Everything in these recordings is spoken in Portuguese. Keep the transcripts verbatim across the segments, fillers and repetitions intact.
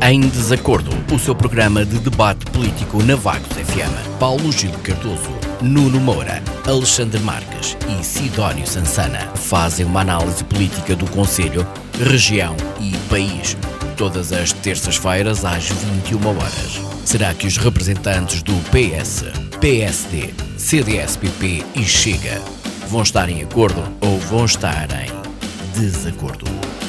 Em Desacordo, o seu programa de debate político na Vagos F M. Paulo Gil Cardoso, Nuno Moura, Alexandre Marques e Sidónio Sansana fazem uma análise política do concelho, região e país. Todas as terças-feiras às vinte e uma horas. Será que os representantes do P S, P S D, C D S P P e Chega vão estar em acordo ou vão estar em desacordo?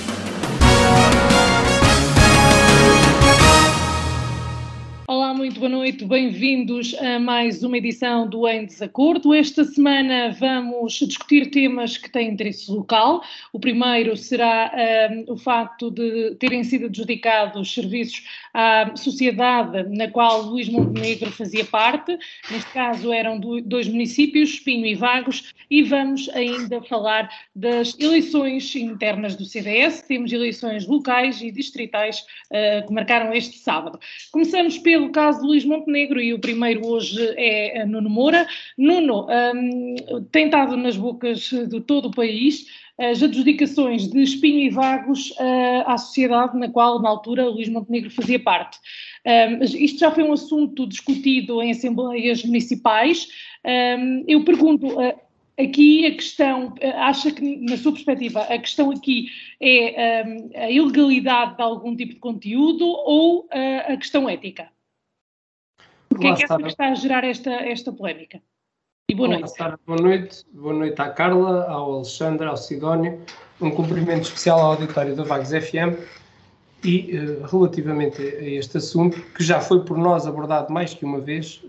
Olá, muito boa noite, bem-vindos a mais uma edição do Em Desacordo. Esta semana vamos discutir temas que têm interesse local. O primeiro será um, o facto de terem sido adjudicados serviços à sociedade na qual Luís Montenegro fazia parte. Neste caso eram do, dois municípios, Espinho e Vagos, e vamos ainda falar das eleições internas do C D S. Temos eleições locais e distritais uh, que marcaram este sábado. Começamos pelo caso de Luís Montenegro e o primeiro hoje é Nuno Moura. Nuno, um, tem estado nas bocas de todo o país as adjudicações de Espinho e Vagos uh, à sociedade na qual, na altura, Luís Montenegro fazia parte. Um, isto já foi um assunto discutido em assembleias municipais. Um, eu pergunto, uh, aqui a questão, uh, acha que, na sua perspectiva, a questão aqui é um, a ilegalidade de algum tipo de conteúdo ou uh, a questão ética? O que é que é que está a gerar esta, esta polémica? E boa noite. Olá, boa noite. Boa noite à Carla, ao Alexandre, ao Sidónio. Um cumprimento especial ao auditório da Vagos F M e, uh, relativamente a este assunto, que já foi por nós abordado mais que uma vez,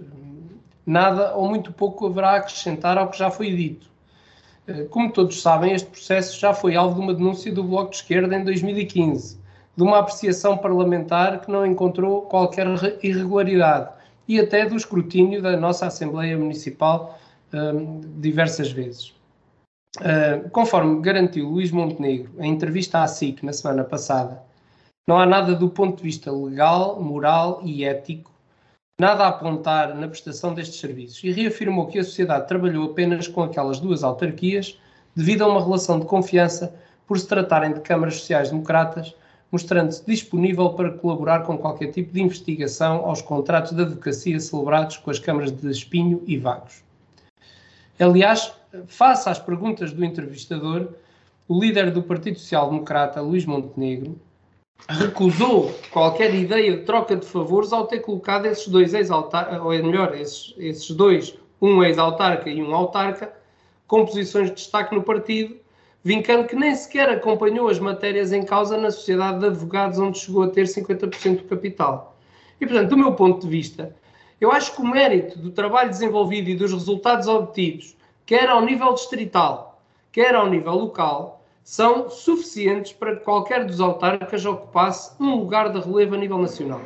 nada ou muito pouco haverá a acrescentar ao que já foi dito. Uh, como todos sabem, este processo já foi alvo de uma denúncia do Bloco de Esquerda em dois mil e quinze, de uma apreciação parlamentar que não encontrou qualquer irregularidade e até do escrutínio da nossa Assembleia Municipal um, diversas vezes. Uh, conforme garantiu Luís Montenegro em entrevista à S I C na semana passada, não há nada do ponto de vista legal, moral e ético, nada a apontar na prestação destes serviços, e reafirmou que a sociedade trabalhou apenas com aquelas duas autarquias devido a uma relação de confiança por se tratarem de câmaras sociais-democratas, mostrando-se disponível para colaborar com qualquer tipo de investigação aos contratos de advocacia celebrados com as câmaras de Espinho e Vagos. Aliás, face às perguntas do entrevistador, o líder do Partido Social Democrata, Luís Montenegro, recusou qualquer ideia de troca de favores ao ter colocado esses dois ex-autarcas, ou melhor, esses, esses dois, um ex-autarca e um autarca, com posições de destaque no partido, vincando que nem sequer acompanhou as matérias em causa na Sociedade de Advogados, onde chegou a ter cinquenta por cento do capital. E, portanto, do meu ponto de vista, eu acho que o mérito do trabalho desenvolvido e dos resultados obtidos, quer ao nível distrital, quer ao nível local, são suficientes para que qualquer dos autarcas ocupasse um lugar de relevo a nível nacional.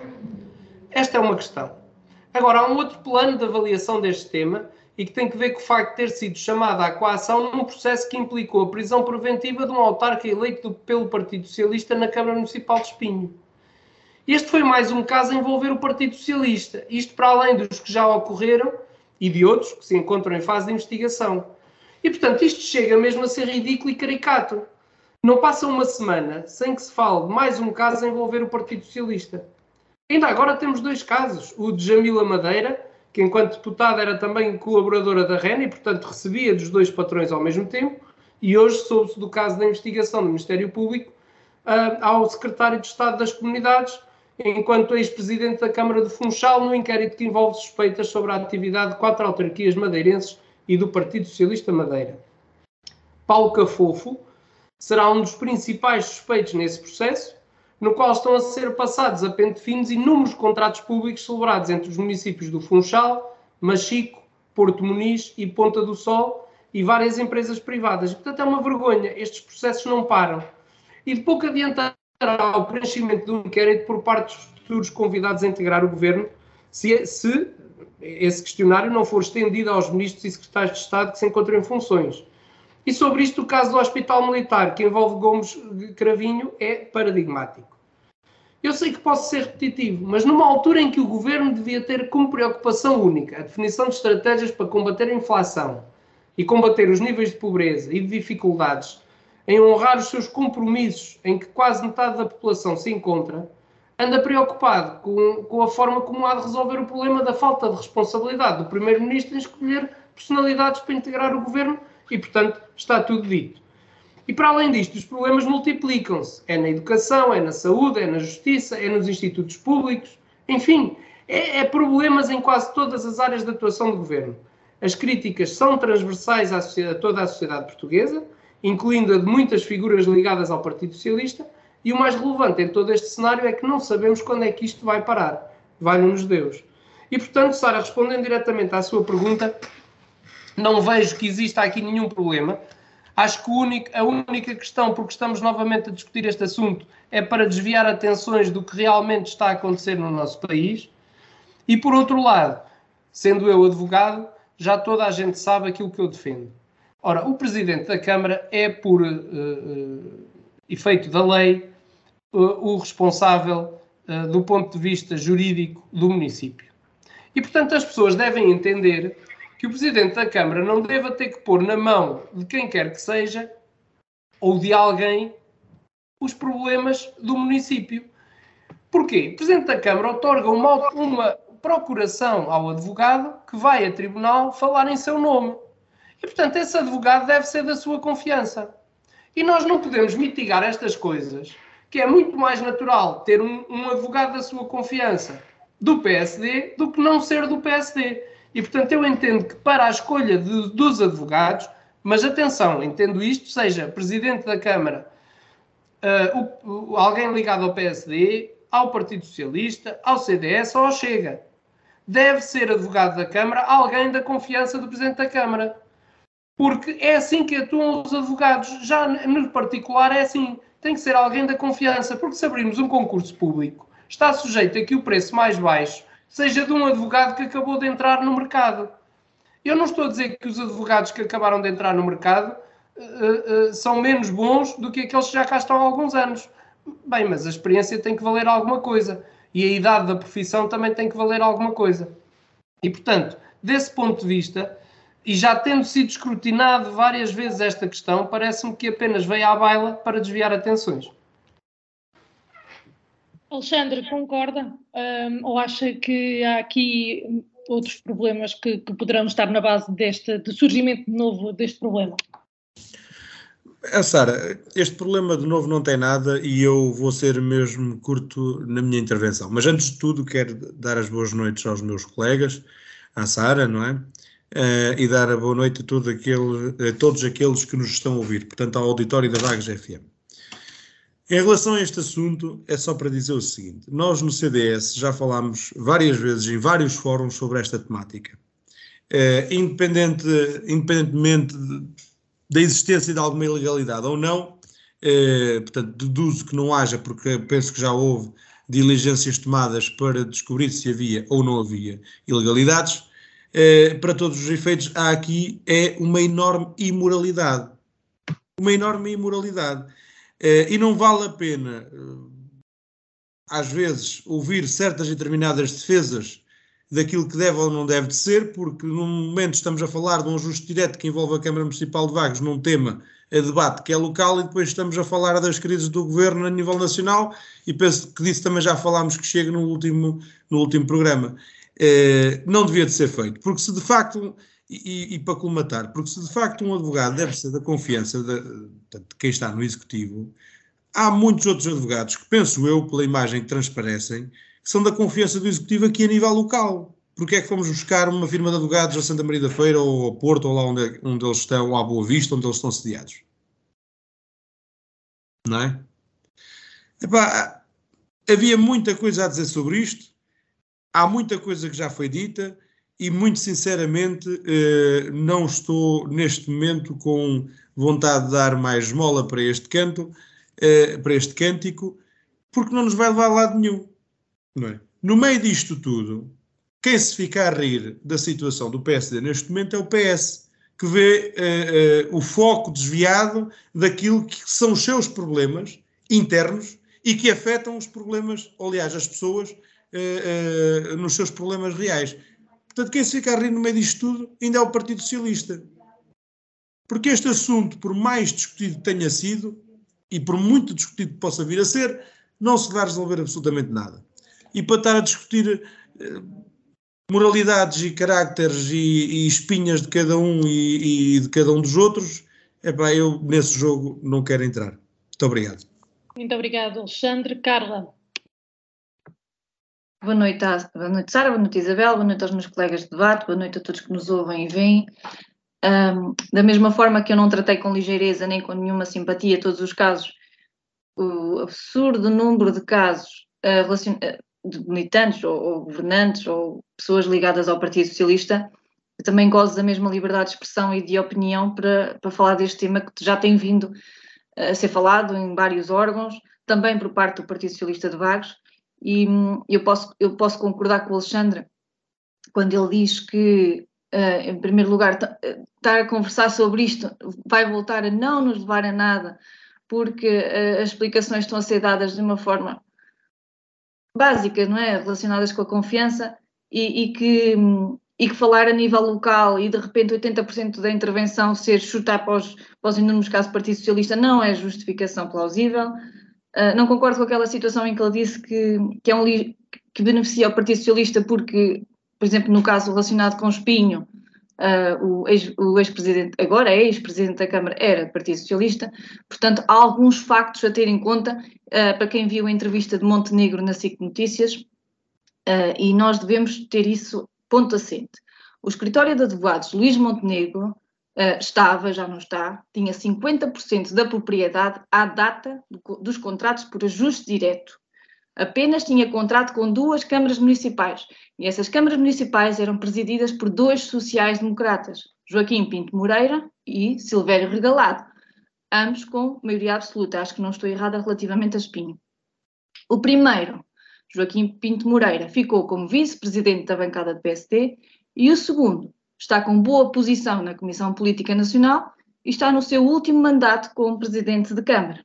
Esta é uma questão. Agora, há um outro plano de avaliação deste tema, e que tem que ver com o facto de ter sido chamada à coação num processo que implicou a prisão preventiva de um autarca eleito pelo Partido Socialista na Câmara Municipal de Espinho. Este foi mais um caso a envolver o Partido Socialista, isto para além dos que já ocorreram e de outros que se encontram em fase de investigação. E, portanto, isto chega mesmo a ser ridículo e caricato. Não passa uma semana sem que se fale de mais um caso a envolver o Partido Socialista. Ainda agora temos dois casos, o de Jamila Madeira, que enquanto deputada era também colaboradora da R E N e, portanto, recebia dos dois patrões ao mesmo tempo, e hoje soube-se do caso da investigação do Ministério Público uh, ao secretário de Estado das Comunidades, enquanto ex-presidente da Câmara de Funchal, no inquérito que envolve suspeitas sobre a atividade de quatro autarquias madeirenses e do Partido Socialista Madeira. Paulo Cafofo será um dos principais suspeitos nesse processo, no qual estão a ser passados a pente finos inúmeros contratos públicos celebrados entre os municípios do Funchal, Machico, Porto Muniz e Ponta do Sol e várias empresas privadas. Portanto, é uma vergonha. Estes processos não param. E de pouco adiantará o preenchimento do inquérito por parte dos futuros convidados a integrar o governo, se, se esse questionário não for estendido aos ministros e secretários de Estado que se encontram em funções. E sobre isto, o caso do Hospital Militar, que envolve Gomes Cravinho, é paradigmático. Eu sei que posso ser repetitivo, mas numa altura em que o Governo devia ter como preocupação única a definição de estratégias para combater a inflação e combater os níveis de pobreza e de dificuldades, em honrar os seus compromissos em que quase metade da população se encontra, anda preocupado com, com a forma como há de resolver o problema da falta de responsabilidade do Primeiro-Ministro em escolher personalidades para integrar o governo e, portanto, está tudo dito. E, para além disto, os problemas multiplicam-se. É na educação, é na saúde, é na justiça, é nos institutos públicos, enfim, é, é problemas em quase todas as áreas de atuação do governo. As críticas são transversais à sociedade, a toda a sociedade portuguesa, incluindo a de muitas figuras ligadas ao Partido Socialista, e o mais relevante em todo este cenário é que não sabemos quando é que isto vai parar. Valha-nos Deus. E, portanto, Sara, respondendo diretamente à sua pergunta, não vejo que exista aqui nenhum problema. Acho que o único, a única questão, porque estamos novamente a discutir este assunto, é para desviar atenções do que realmente está a acontecer no nosso país. E, por outro lado, sendo eu advogado, já toda a gente sabe aquilo que eu defendo. Ora, o Presidente da Câmara é, por uh, uh, efeito da lei, uh, o responsável uh, do ponto de vista jurídico do município. E, portanto, as pessoas devem entender que o Presidente da Câmara não deva ter que pôr na mão de quem quer que seja, ou de alguém, os problemas do município. Porquê? O Presidente da Câmara outorga uma, uma procuração ao advogado que vai a tribunal falar em seu nome. E, portanto, esse advogado deve ser da sua confiança. E nós não podemos mitigar estas coisas, que é muito mais natural ter um, um advogado da sua confiança do P S D do que não ser do P S D. E, portanto, eu entendo que para a escolha de, dos advogados, mas atenção, entendo isto, seja Presidente da Câmara, uh, o, o, alguém ligado ao P S D, ao Partido Socialista, ao C D S ou ao Chega. Deve ser advogado da Câmara alguém da confiança do Presidente da Câmara. Porque é assim que atuam os advogados. Já no particular é assim. Tem que ser alguém da confiança. Porque se abrirmos um concurso público, está sujeito a que o preço mais baixo seja de um advogado que acabou de entrar no mercado. Eu não estou a dizer que os advogados que acabaram de entrar no mercado uh, uh, são menos bons do que aqueles que já cá estão há alguns anos. Bem, mas a experiência tem que valer alguma coisa. E a idade da profissão também tem que valer alguma coisa. E, portanto, desse ponto de vista, e já tendo sido escrutinado várias vezes esta questão, parece-me que apenas veio à baila para desviar atenções. Alexandre, concorda? Um, ou acha que há aqui outros problemas que, que poderão estar na base deste, do surgimento de novo deste problema? É, Sara, este problema de novo não tem nada e eu vou ser mesmo curto na minha intervenção. Mas antes de tudo quero dar as boas noites aos meus colegas, à Sara, não é? Uh, e dar a boa noite a, todo aquele, a todos aqueles que nos estão a ouvir, portanto ao auditório da Vagos F M. Em relação a este assunto, é só para dizer o seguinte: nós no C D S já falámos várias vezes em vários fóruns sobre esta temática. Uh, independente, independentemente de, da existência de alguma ilegalidade ou não, uh, portanto, deduzo que não haja, porque penso que já houve diligências tomadas para descobrir se havia ou não havia ilegalidades. Uh, para todos os efeitos, há aqui é uma enorme imoralidade. Uma enorme imoralidade. Uh, e não vale a pena, uh, às vezes, ouvir certas e determinadas defesas daquilo que deve ou não deve de ser, porque no momento estamos a falar de um ajuste direto que envolve a Câmara Municipal de Vagos num tema a debate que é local, e depois estamos a falar das crises do Governo a nível nacional, e penso que disso também já falámos que chega no último, no último programa. Uh, não devia de ser feito, porque se de facto... E, e para colmatar, porque se de facto um advogado deve ser da confiança de, de quem está no Executivo, há muitos outros advogados que, penso eu, pela imagem que transparecem, que são da confiança do Executivo aqui a nível local. Porque é que fomos buscar uma firma de advogados a Santa Maria da Feira ou ao Porto, ou lá onde, onde eles estão, ou à Boa Vista, onde eles estão sediados? Não é? Epá, havia muita coisa a dizer sobre isto, há muita coisa que já foi dita, e muito sinceramente eh, não estou neste momento com vontade de dar mais esmola para este canto, eh, para este cântico, porque não nos vai levar a lado nenhum. Não é? No meio disto tudo, quem se fica a rir da situação do P S D neste momento é o P S, que vê eh, eh, o foco desviado daquilo que são os seus problemas internos e que afetam os problemas, aliás, as pessoas eh, eh, nos seus problemas reais. Portanto, quem se fica a rir no meio disto tudo ainda é o Partido Socialista. Porque este assunto, por mais discutido que tenha sido, e por muito discutido que possa vir a ser, não se vai resolver absolutamente nada. E para estar a discutir eh, moralidades e caracteres e, e espinhas de cada um e, e de cada um dos outros, epá, eu nesse jogo não quero entrar. Muito obrigado. Muito obrigado, Alexandre. Carla. Boa noite, boa noite, Sara, boa noite, Isabel, boa noite aos meus colegas de debate, boa noite a todos que nos ouvem e veem. Um, da mesma forma que eu não tratei com ligeireza nem com nenhuma simpatia todos os casos, o absurdo número de casos uh, relacion... de militantes ou, ou governantes ou pessoas ligadas ao Partido Socialista, eu também gozo da mesma liberdade de expressão e de opinião para, para falar deste tema que já tem vindo a ser falado em vários órgãos, também por parte do Partido Socialista de Vagos, e um, eu, posso, eu posso concordar com o Alexandre quando ele diz que, uh, em primeiro lugar, estar a conversar sobre isto vai voltar a não nos levar a nada, porque uh, as explicações estão a ser dadas de uma forma básica, não é? Relacionadas com a confiança e, e, que, e que falar a nível local e de repente oitenta por cento da intervenção ser chutar para os, para os inúmeros casos do Partido Socialista não é justificação plausível. Uh, não concordo com aquela situação em que ele disse que, que é um que beneficia o Partido Socialista porque, por exemplo, no caso relacionado com o Espinho, uh, o, ex, o ex-presidente, agora é ex-presidente da Câmara, era do Partido Socialista, portanto há alguns factos a ter em conta uh, para quem viu a entrevista de Montenegro na S I C Notícias uh, e nós devemos ter isso ponto assente. O escritório de advogados Luís Montenegro Uh, estava, já não está, tinha cinquenta por cento da propriedade à data do, dos contratos por ajuste direto. Apenas tinha contrato com duas câmaras municipais e essas câmaras municipais eram presididas por dois sociais-democratas, Joaquim Pinto Moreira e Silvério Regalado, ambos com maioria absoluta, acho que não estou errada relativamente a Espinho. O primeiro, Joaquim Pinto Moreira, ficou como vice-presidente da bancada do P S D e o segundo, está com boa posição na Comissão Política Nacional e está no seu último mandato como Presidente de Câmara.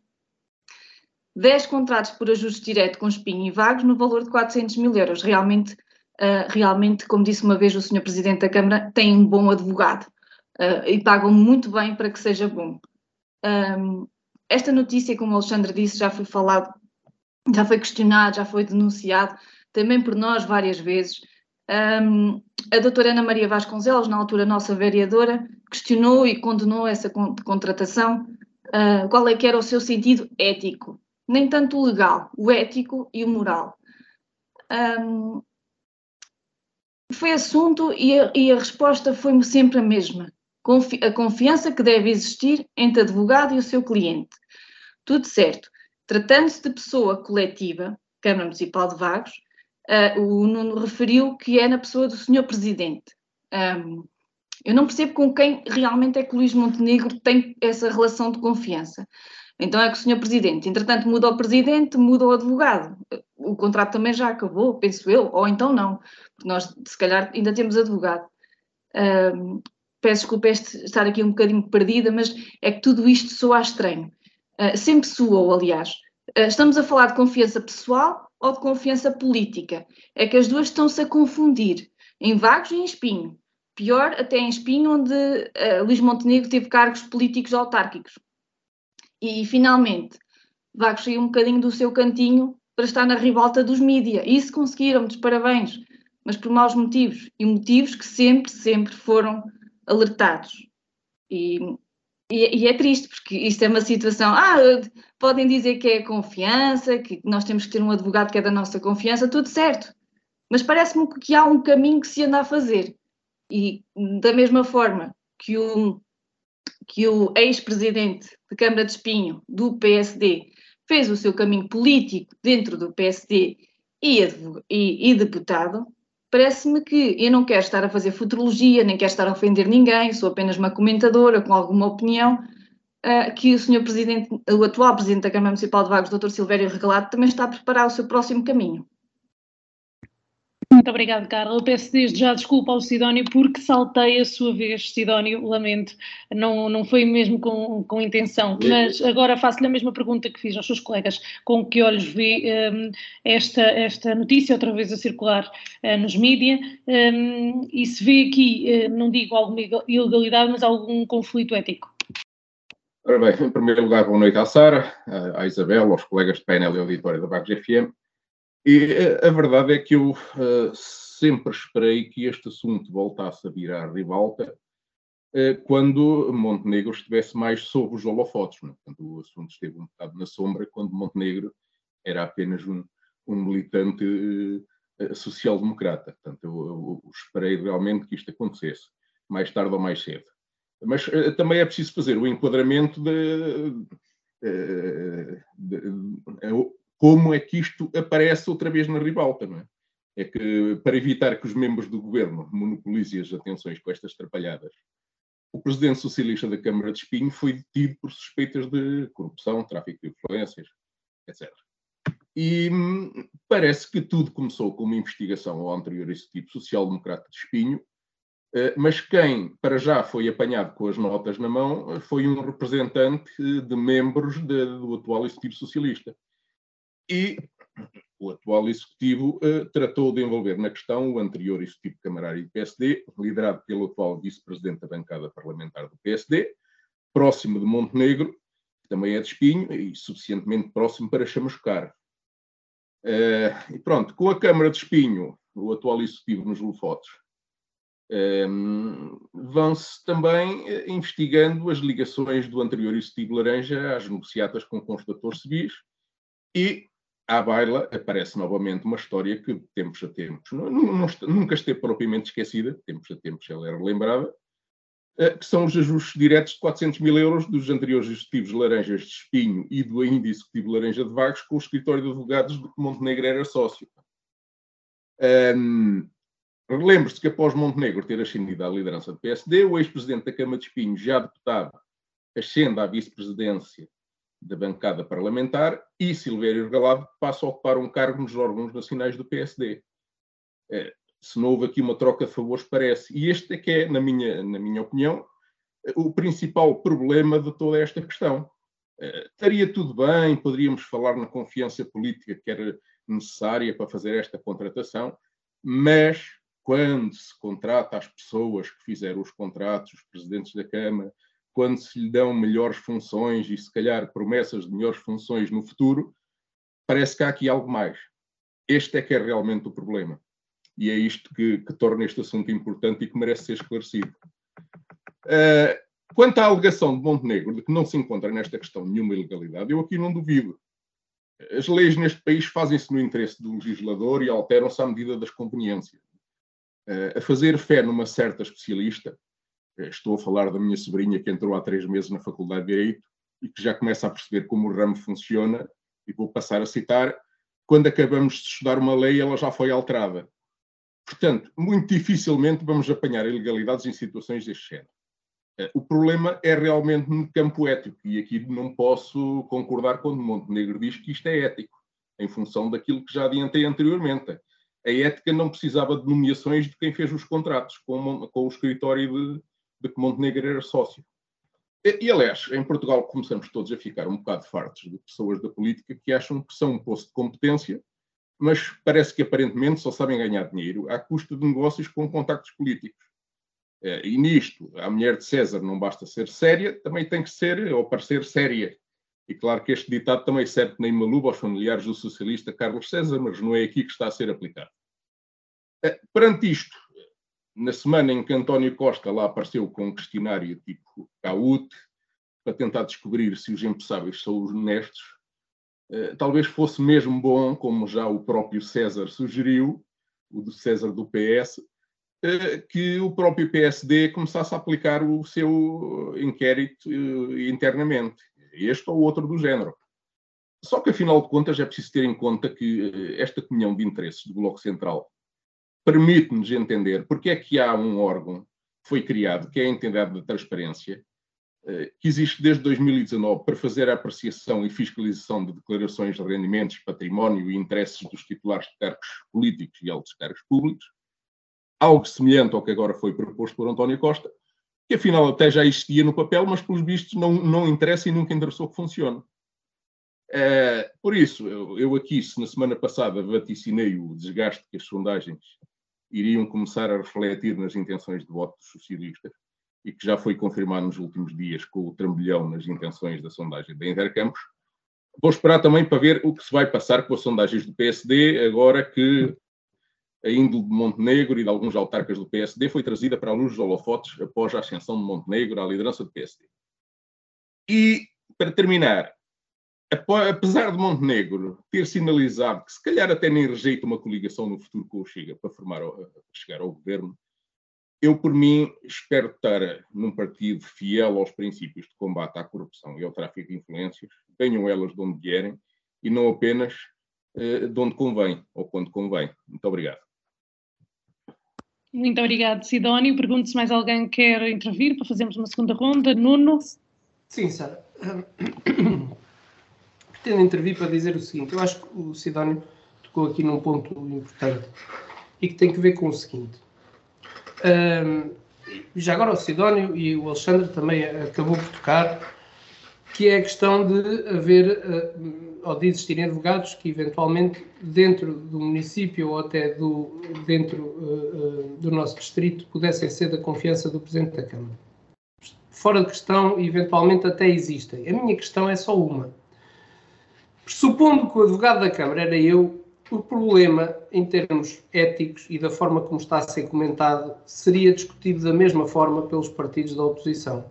Dez contratos por ajuste direto com Espinho e Vagos no valor de quatrocentos mil euros. Realmente, uh, realmente, como disse uma vez o senhor Presidente da Câmara, tem um bom advogado uh, e pagam muito bem para que seja bom. Um, esta notícia, como o Alexandre disse, já foi falado, já foi questionado, já foi denunciado, também por nós várias vezes. Um, a doutora Ana Maria Vasconcelos, na altura nossa vereadora, questionou e condenou essa contratação. Uh, qual é que era o seu sentido ético? Nem tanto o legal, o ético e o moral. Um, foi assunto e a, e a resposta foi sempre a mesma. Confi- a confiança que deve existir entre o advogado e o seu cliente. Tudo certo. Tratando-se de pessoa coletiva, Câmara Municipal de Vagos, Uh, o Nuno referiu que é na pessoa do senhor Presidente. Um, eu não percebo com quem realmente é que o Luís Montenegro tem essa relação de confiança. Então é que o senhor Presidente, entretanto muda o Presidente, muda o advogado. O contrato também já acabou, penso eu, ou então não, porque nós se calhar ainda temos advogado. Um, peço desculpa estar aqui um bocadinho perdida, mas é que tudo isto soa estranho. Uh, sempre soou, aliás. Uh, estamos a falar de confiança pessoal ou de confiança política. É que as duas estão-se a confundir, em Vagos e em Espinho. Pior até em Espinho, onde uh, Luís Montenegro teve cargos políticos autárquicos. E, finalmente, Vagos saiu um bocadinho do seu cantinho para estar na ribalta dos mídia. E isso conseguiram, muitos parabéns, mas por maus motivos. E motivos que sempre, sempre foram alertados. E... E, e é triste, porque isto é uma situação, ah, podem dizer que é confiança, que nós temos que ter um advogado que é da nossa confiança, tudo certo, mas parece-me que há um caminho que se anda a fazer, e da mesma forma que o, que o ex-presidente de Câmara de Espinho, do P S D, fez o seu caminho político dentro do P S D e, e, e deputado, parece-me que eu não quero estar a fazer futurologia, nem quero estar a ofender ninguém, sou apenas uma comentadora com alguma opinião, uh, que o senhor Presidente, o atual Presidente da Câmara Municipal de Vagos, doutor Silvério Regalado, também está a preparar o seu próximo caminho. Muito obrigada, Carla. Eu peço desde já desculpa ao Sidónio porque saltei a sua vez, Sidónio, lamento, não, não foi mesmo com, com intenção, mas agora faço-lhe a mesma pergunta que fiz aos seus colegas, com que olhos vê um, esta, esta notícia outra vez a circular uh, nos mídias, um, e se vê aqui, uh, não digo alguma ilegalidade, mas algum conflito ético? Ora bem, em primeiro lugar, boa noite à Sara, à Isabel, aos colegas de painel e auditório da Vagos F M. E a verdade é que eu uh, sempre esperei que este assunto voltasse a virar ribalta uh, quando Montenegro estivesse mais sob os holofotes. Né? Portanto, o assunto esteve um bocado na sombra quando Montenegro era apenas um, um militante uh, social-democrata. Portanto, eu, eu, eu esperei realmente que isto acontecesse, mais tarde ou mais cedo. Mas uh, também é preciso fazer o enquadramento de, uh, de, de, de como é que isto aparece outra vez na ribalta, não é? É que, para evitar que os membros do governo monopolizem as atenções com estas trapalhadas, o presidente socialista da Câmara de Espinho foi detido por suspeitas de corrupção, tráfico de influências, etcétera. E hum, parece que tudo começou com uma investigação ao anterior executivo social-democrata de Espinho, mas quem, para já, foi apanhado com as notas na mão foi um representante de membros de, do atual Executivo Socialista. E o atual Executivo uh, tratou de envolver na questão o anterior Executivo Camarário do P S D, liderado pelo atual Vice-Presidente da bancada parlamentar do P S D, próximo de Montenegro, que também é de Espinho, e suficientemente próximo para chamuscar. Uh, e pronto, com a Câmara de Espinho, o atual Executivo nos holofotes, Um, vão-se também uh, investigando as ligações do anterior Executivo Laranja às negociatas com constatores civis e, à baila, aparece novamente uma história que, de tempos a tempos, não, não, nunca esteve propriamente esquecida, de tempos a tempos ela era lembrada, uh, que são os ajustes diretos de quatrocentos mil euros dos anteriores Executivos Laranjas de Espinho e do ainda Executivo Laranja de Vagos com o escritório de advogados de que Montenegro era sócio. Um, Lembre-se que após Montenegro ter ascendido à liderança do P S D, o ex-presidente da Câmara de Espinho, já deputado, ascende à vice-presidência da bancada parlamentar e Silvério Regalado passa a ocupar um cargo nos órgãos nacionais do P S D. É, se não houve aqui uma troca de favores, parece. E este é que é, na minha, na minha opinião, o principal problema de toda esta questão. É, estaria tudo bem, poderíamos falar na confiança política que era necessária para fazer esta contratação, mas quando se contrata as pessoas que fizeram os contratos, os presidentes da Câmara, quando se lhe dão melhores funções e, se calhar, promessas de melhores funções no futuro, parece que há aqui algo mais. Este é que é realmente o problema. E é isto que, que torna este assunto importante e que merece ser esclarecido. Uh, quanto à alegação de Montenegro de que não se encontra nesta questão nenhuma ilegalidade, eu aqui não duvido. As leis neste país fazem-se no interesse do legislador e alteram-se à medida das conveniências. Uh, a fazer fé numa certa especialista, uh, estou a falar da minha sobrinha que entrou há três meses na Faculdade de Direito e que já começa a perceber como o ramo funciona, e vou passar a citar, quando acabamos de estudar uma lei, ela já foi alterada. Portanto, muito dificilmente vamos apanhar ilegalidades em situações deste género. Uh, o problema é realmente no campo ético, e aqui não posso concordar quando Montenegro diz que isto é ético, em função daquilo que já adiantei anteriormente. A ética não precisava de nomeações de quem fez os contratos com, com o escritório de, de que Montenegro era sócio. E, e, aliás, em Portugal começamos todos a ficar um bocado fartos de pessoas da política que acham que são um posto de competência, mas parece que aparentemente só sabem ganhar dinheiro à custa de negócios com contactos políticos. E nisto, a mulher de César não basta ser séria, também tem que ser ou parecer séria. E claro que este ditado também serve nem maluco aos familiares do socialista Carlos César, mas não é aqui que está a ser aplicado. Perante isto, na semana em que António Costa lá apareceu com um questionário tipo C A U T, para tentar descobrir se os empressários são honestos, talvez fosse mesmo bom, como já o próprio César sugeriu, o do César do P S, que o próprio P S D começasse a aplicar o seu inquérito internamente. Este ou outro do género. Só que, afinal de contas, é preciso ter em conta que esta comunhão de interesses do Bloco Central permite-nos entender porque é que há um órgão que foi criado, que é a Entidade da Transparência, que existe desde dois mil e dezanove para fazer a apreciação e fiscalização de declarações de rendimentos, património e interesses dos titulares de cargos políticos e altos cargos públicos, algo semelhante ao que agora foi proposto por António Costa, que afinal até já existia no papel, mas pelos vistos não, não interessa e nunca interessou que funcione. Uh, por isso, eu, eu aqui, se na semana passada vaticinei o desgaste que as sondagens iriam começar a refletir nas intenções de voto dos socialistas, e que já foi confirmado nos últimos dias com o trambolhão nas intenções da sondagem da Intercampos. Vou esperar também para ver o que se vai passar com as sondagens do P S D, agora que a índole de Montenegro e de alguns autarcas do P S D foi trazida para a luz dos holofotes após a ascensão de Montenegro à liderança do P S D. E, para terminar, apesar de Montenegro ter sinalizado que se calhar até nem rejeita uma coligação no futuro com o Chega para formar, chegar ao governo, eu, por mim, espero estar num partido fiel aos princípios de combate à corrupção e ao tráfico de influências, venham elas de onde vierem, e não apenas eh, de onde convém, ou quando convém. Muito obrigado. Muito obrigado, Sidónio. Pergunto se mais alguém quer intervir para fazermos uma segunda ronda. Nuno? Sim, Sara. Pretendo intervir para dizer o seguinte. Eu acho que o Sidónio tocou aqui num ponto importante e que tem que ver com o seguinte. Um, já agora o Sidónio e o Alexandre também acabou por tocar, que é a questão de haver, uh, ou de existirem advogados que eventualmente dentro do município ou até do, dentro uh, uh, do nosso distrito pudessem ser da confiança do Presidente da Câmara. Fora de questão, eventualmente até existem. A minha questão é só uma. Pressupondo que o advogado da Câmara era eu, o problema, em termos éticos e da forma como está a ser comentado, seria discutido da mesma forma pelos partidos da oposição.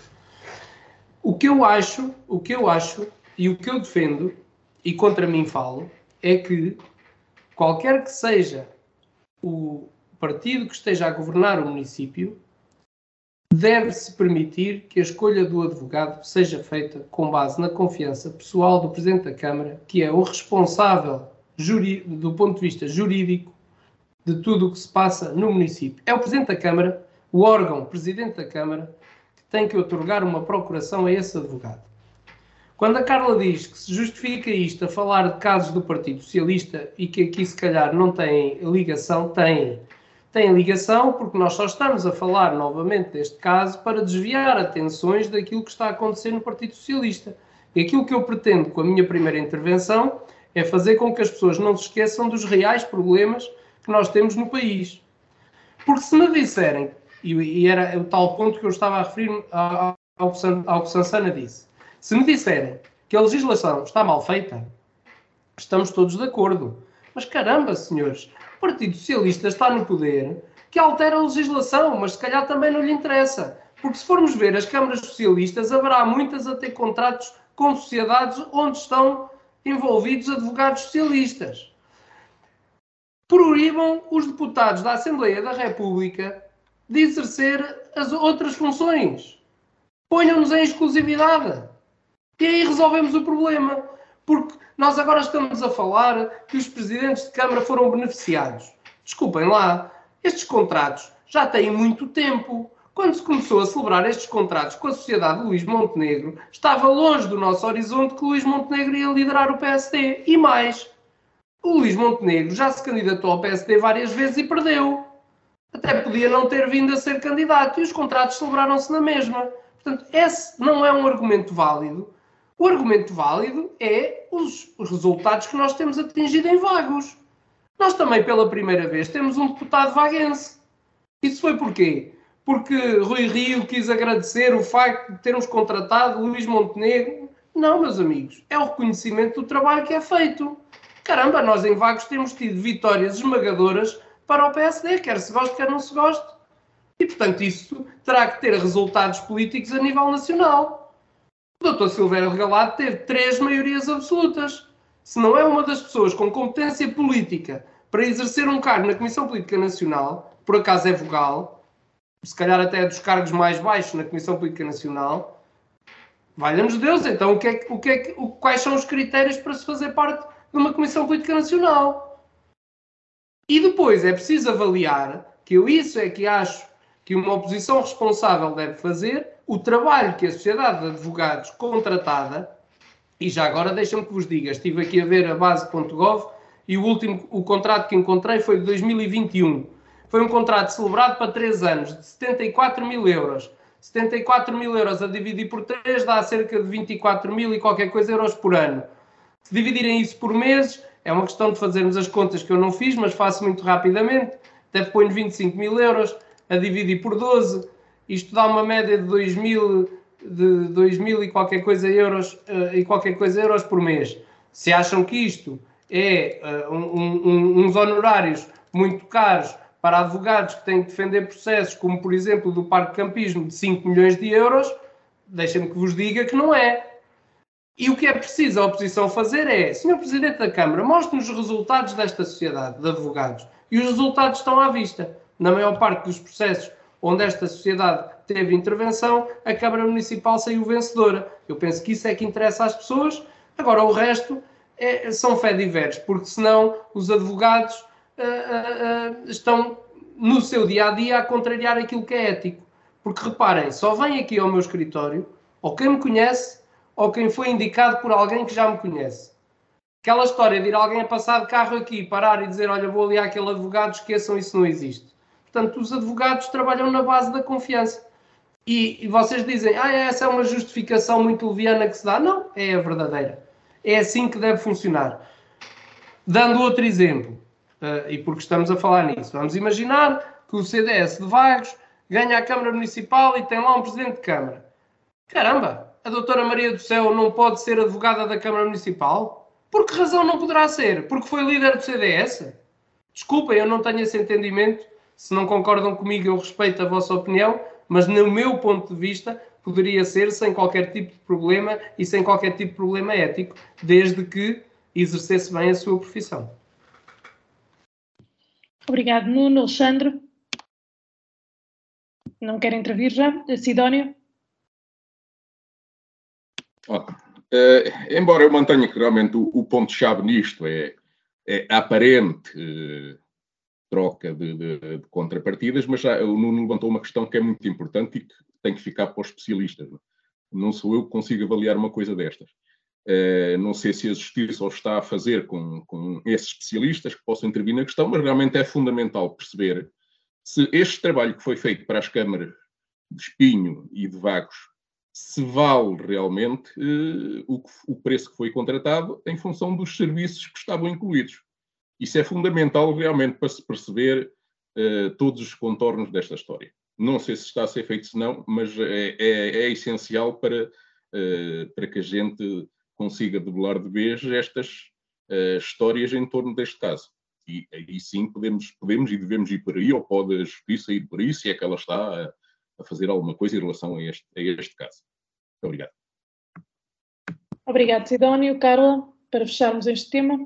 O que eu acho, o que eu acho e o que eu defendo, e contra mim falo, é que qualquer que seja o partido que esteja a governar o município, deve-se permitir que a escolha do advogado seja feita com base na confiança pessoal do Presidente da Câmara, que é o responsável do ponto de vista jurídico de tudo o que se passa no município. É o Presidente da Câmara, o órgão Presidente da Câmara, que tem que otorgar uma procuração a esse advogado. Quando a Carla diz que se justifica isto a falar de casos do Partido Socialista e que aqui se calhar não tem ligação, tem. Tem ligação porque nós só estamos a falar novamente deste caso para desviar atenções daquilo que está a acontecer no Partido Socialista. E aquilo que eu pretendo com a minha primeira intervenção é fazer com que as pessoas não se esqueçam dos reais problemas que nós temos no país. Porque se me disserem, e era o tal ponto que eu estava a referir ao, ao que Sansana disse, se me disserem que a legislação está mal feita, estamos todos de acordo. Mas caramba, senhores, o Partido Socialista está no poder que altera a legislação, mas se calhar também não lhe interessa. Porque se formos ver as câmaras socialistas, haverá muitas a ter contratos com sociedades onde estão envolvidos advogados socialistas. Proíbam os deputados da Assembleia da República de exercer as outras funções. Ponham-nos em exclusividade. E aí resolvemos o problema. Porque nós agora estamos a falar que os presidentes de Câmara foram beneficiados. Desculpem lá, estes contratos já têm muito tempo. Quando se começou a celebrar estes contratos com a sociedade de Luís Montenegro, estava longe do nosso horizonte que Luís Montenegro ia liderar o P S D. E mais, o Luís Montenegro já se candidatou ao P S D várias vezes e perdeu. Até podia não ter vindo a ser candidato e os contratos celebraram-se na mesma. Portanto, esse não é um argumento válido. O argumento válido é os, os resultados que nós temos atingido em Vagos. Nós também, pela primeira vez, temos um deputado vaguense. Isso foi porquê? Porque Rui Rio quis agradecer o facto de termos contratado Luís Montenegro. Não, meus amigos, é o reconhecimento do trabalho que é feito. Caramba, nós em Vagos temos tido vitórias esmagadoras para o P S D, quer se goste, quer não se goste. E, portanto, isso terá que ter resultados políticos a nível nacional. O doutor Silvério Regalado teve três maiorias absolutas. Se não é uma das pessoas com competência política para exercer um cargo na Comissão Política Nacional, por acaso é vogal, se calhar até é dos cargos mais baixos na Comissão Política Nacional, valha-nos Deus, então o que é, o que é, o, quais são os critérios para se fazer parte de uma Comissão Política Nacional? E depois é preciso avaliar, que eu isso é que acho que uma oposição responsável deve fazer, o trabalho que a Sociedade de Advogados contratada, e já agora deixem-me que vos diga, estive aqui a ver a base ponto gov e o último, o contrato que encontrei foi de dois mil e vinte e um. Foi um contrato celebrado para três anos, de setenta e quatro mil euros. setenta e quatro mil euros a dividir por três dá cerca de vinte e quatro mil e qualquer coisa euros por ano. Se dividirem isso por meses, é uma questão de fazermos as contas que eu não fiz, mas faço muito rapidamente. Até ponho vinte e cinco mil euros a dividir por doze. isto dá uma média de dois mil, de dois mil e qualquer coisa euros, uh, e qualquer coisa euros por mês. Se acham que isto é uh, um, um, uns honorários muito caros para advogados que têm que defender processos, como por exemplo do Parque Campismo, de cinco milhões de euros, deixem-me que vos diga que não é. E o que é preciso a oposição fazer é, senhor Presidente da Câmara, mostre-nos os resultados desta sociedade de advogados. E os resultados estão à vista. Na maior parte dos processos onde esta sociedade teve intervenção, a Câmara Municipal saiu vencedora. Eu penso que isso é que interessa às pessoas. Agora, o resto é, são fé-diversos, porque senão os advogados uh, uh, uh, estão no seu dia-a-dia a contrariar aquilo que é ético. Porque, reparem, só vem aqui ao meu escritório, ou quem me conhece, ou quem foi indicado por alguém que já me conhece. Aquela história de ir alguém a passar de carro aqui, parar e dizer, olha, vou ali àquele advogado, esqueçam, isso não existe. Portanto, os advogados trabalham na base da confiança. E, e vocês dizem, ah, essa é uma justificação muito leviana que se dá. Não, é a verdadeira. É assim que deve funcionar. Dando outro exemplo, uh, e porque estamos a falar nisso, vamos imaginar que o C D S de Vagos ganha a Câmara Municipal e tem lá um Presidente de Câmara. Caramba! A doutora Maria do Céu não pode ser advogada da Câmara Municipal? Por que razão não poderá ser? Porque foi líder do C D S? Desculpem, eu não tenho esse entendimento. Se não concordam comigo, eu respeito a vossa opinião, mas no meu ponto de vista, poderia ser sem qualquer tipo de problema e sem qualquer tipo de problema ético, desde que exercesse bem a sua profissão. Obrigado, Nuno. Alexandre? Não quer intervir já? Sidónio? Oh, uh, embora eu mantenha que realmente o, o ponto-chave nisto é, é a aparente uh, troca de, de, de contrapartidas, mas já o Nuno levantou uma questão que é muito importante e que tem que ficar para os especialistas. Não, não sou eu que consigo avaliar uma coisa destas. Uh, não sei se a Justiça o está a fazer com, com esses especialistas que possam intervir na questão, mas realmente é fundamental perceber se este trabalho que foi feito para as câmaras de Espinho e de Vagos se vale realmente uh, o, o preço que foi contratado em função dos serviços que estavam incluídos. Isso é fundamental realmente para se perceber uh, todos os contornos desta história. Não sei se está a ser feito, se não, mas é, é, é essencial para, uh, para que a gente consiga debelar de vez estas uh, histórias em torno deste caso. E aí sim podemos, podemos e devemos ir por aí, ou pode a Justiça ir por aí, se é que ela está a, a fazer alguma coisa em relação a este, a este caso. Muito obrigado. Obrigado, Sidónio. Carla, para fecharmos este tema.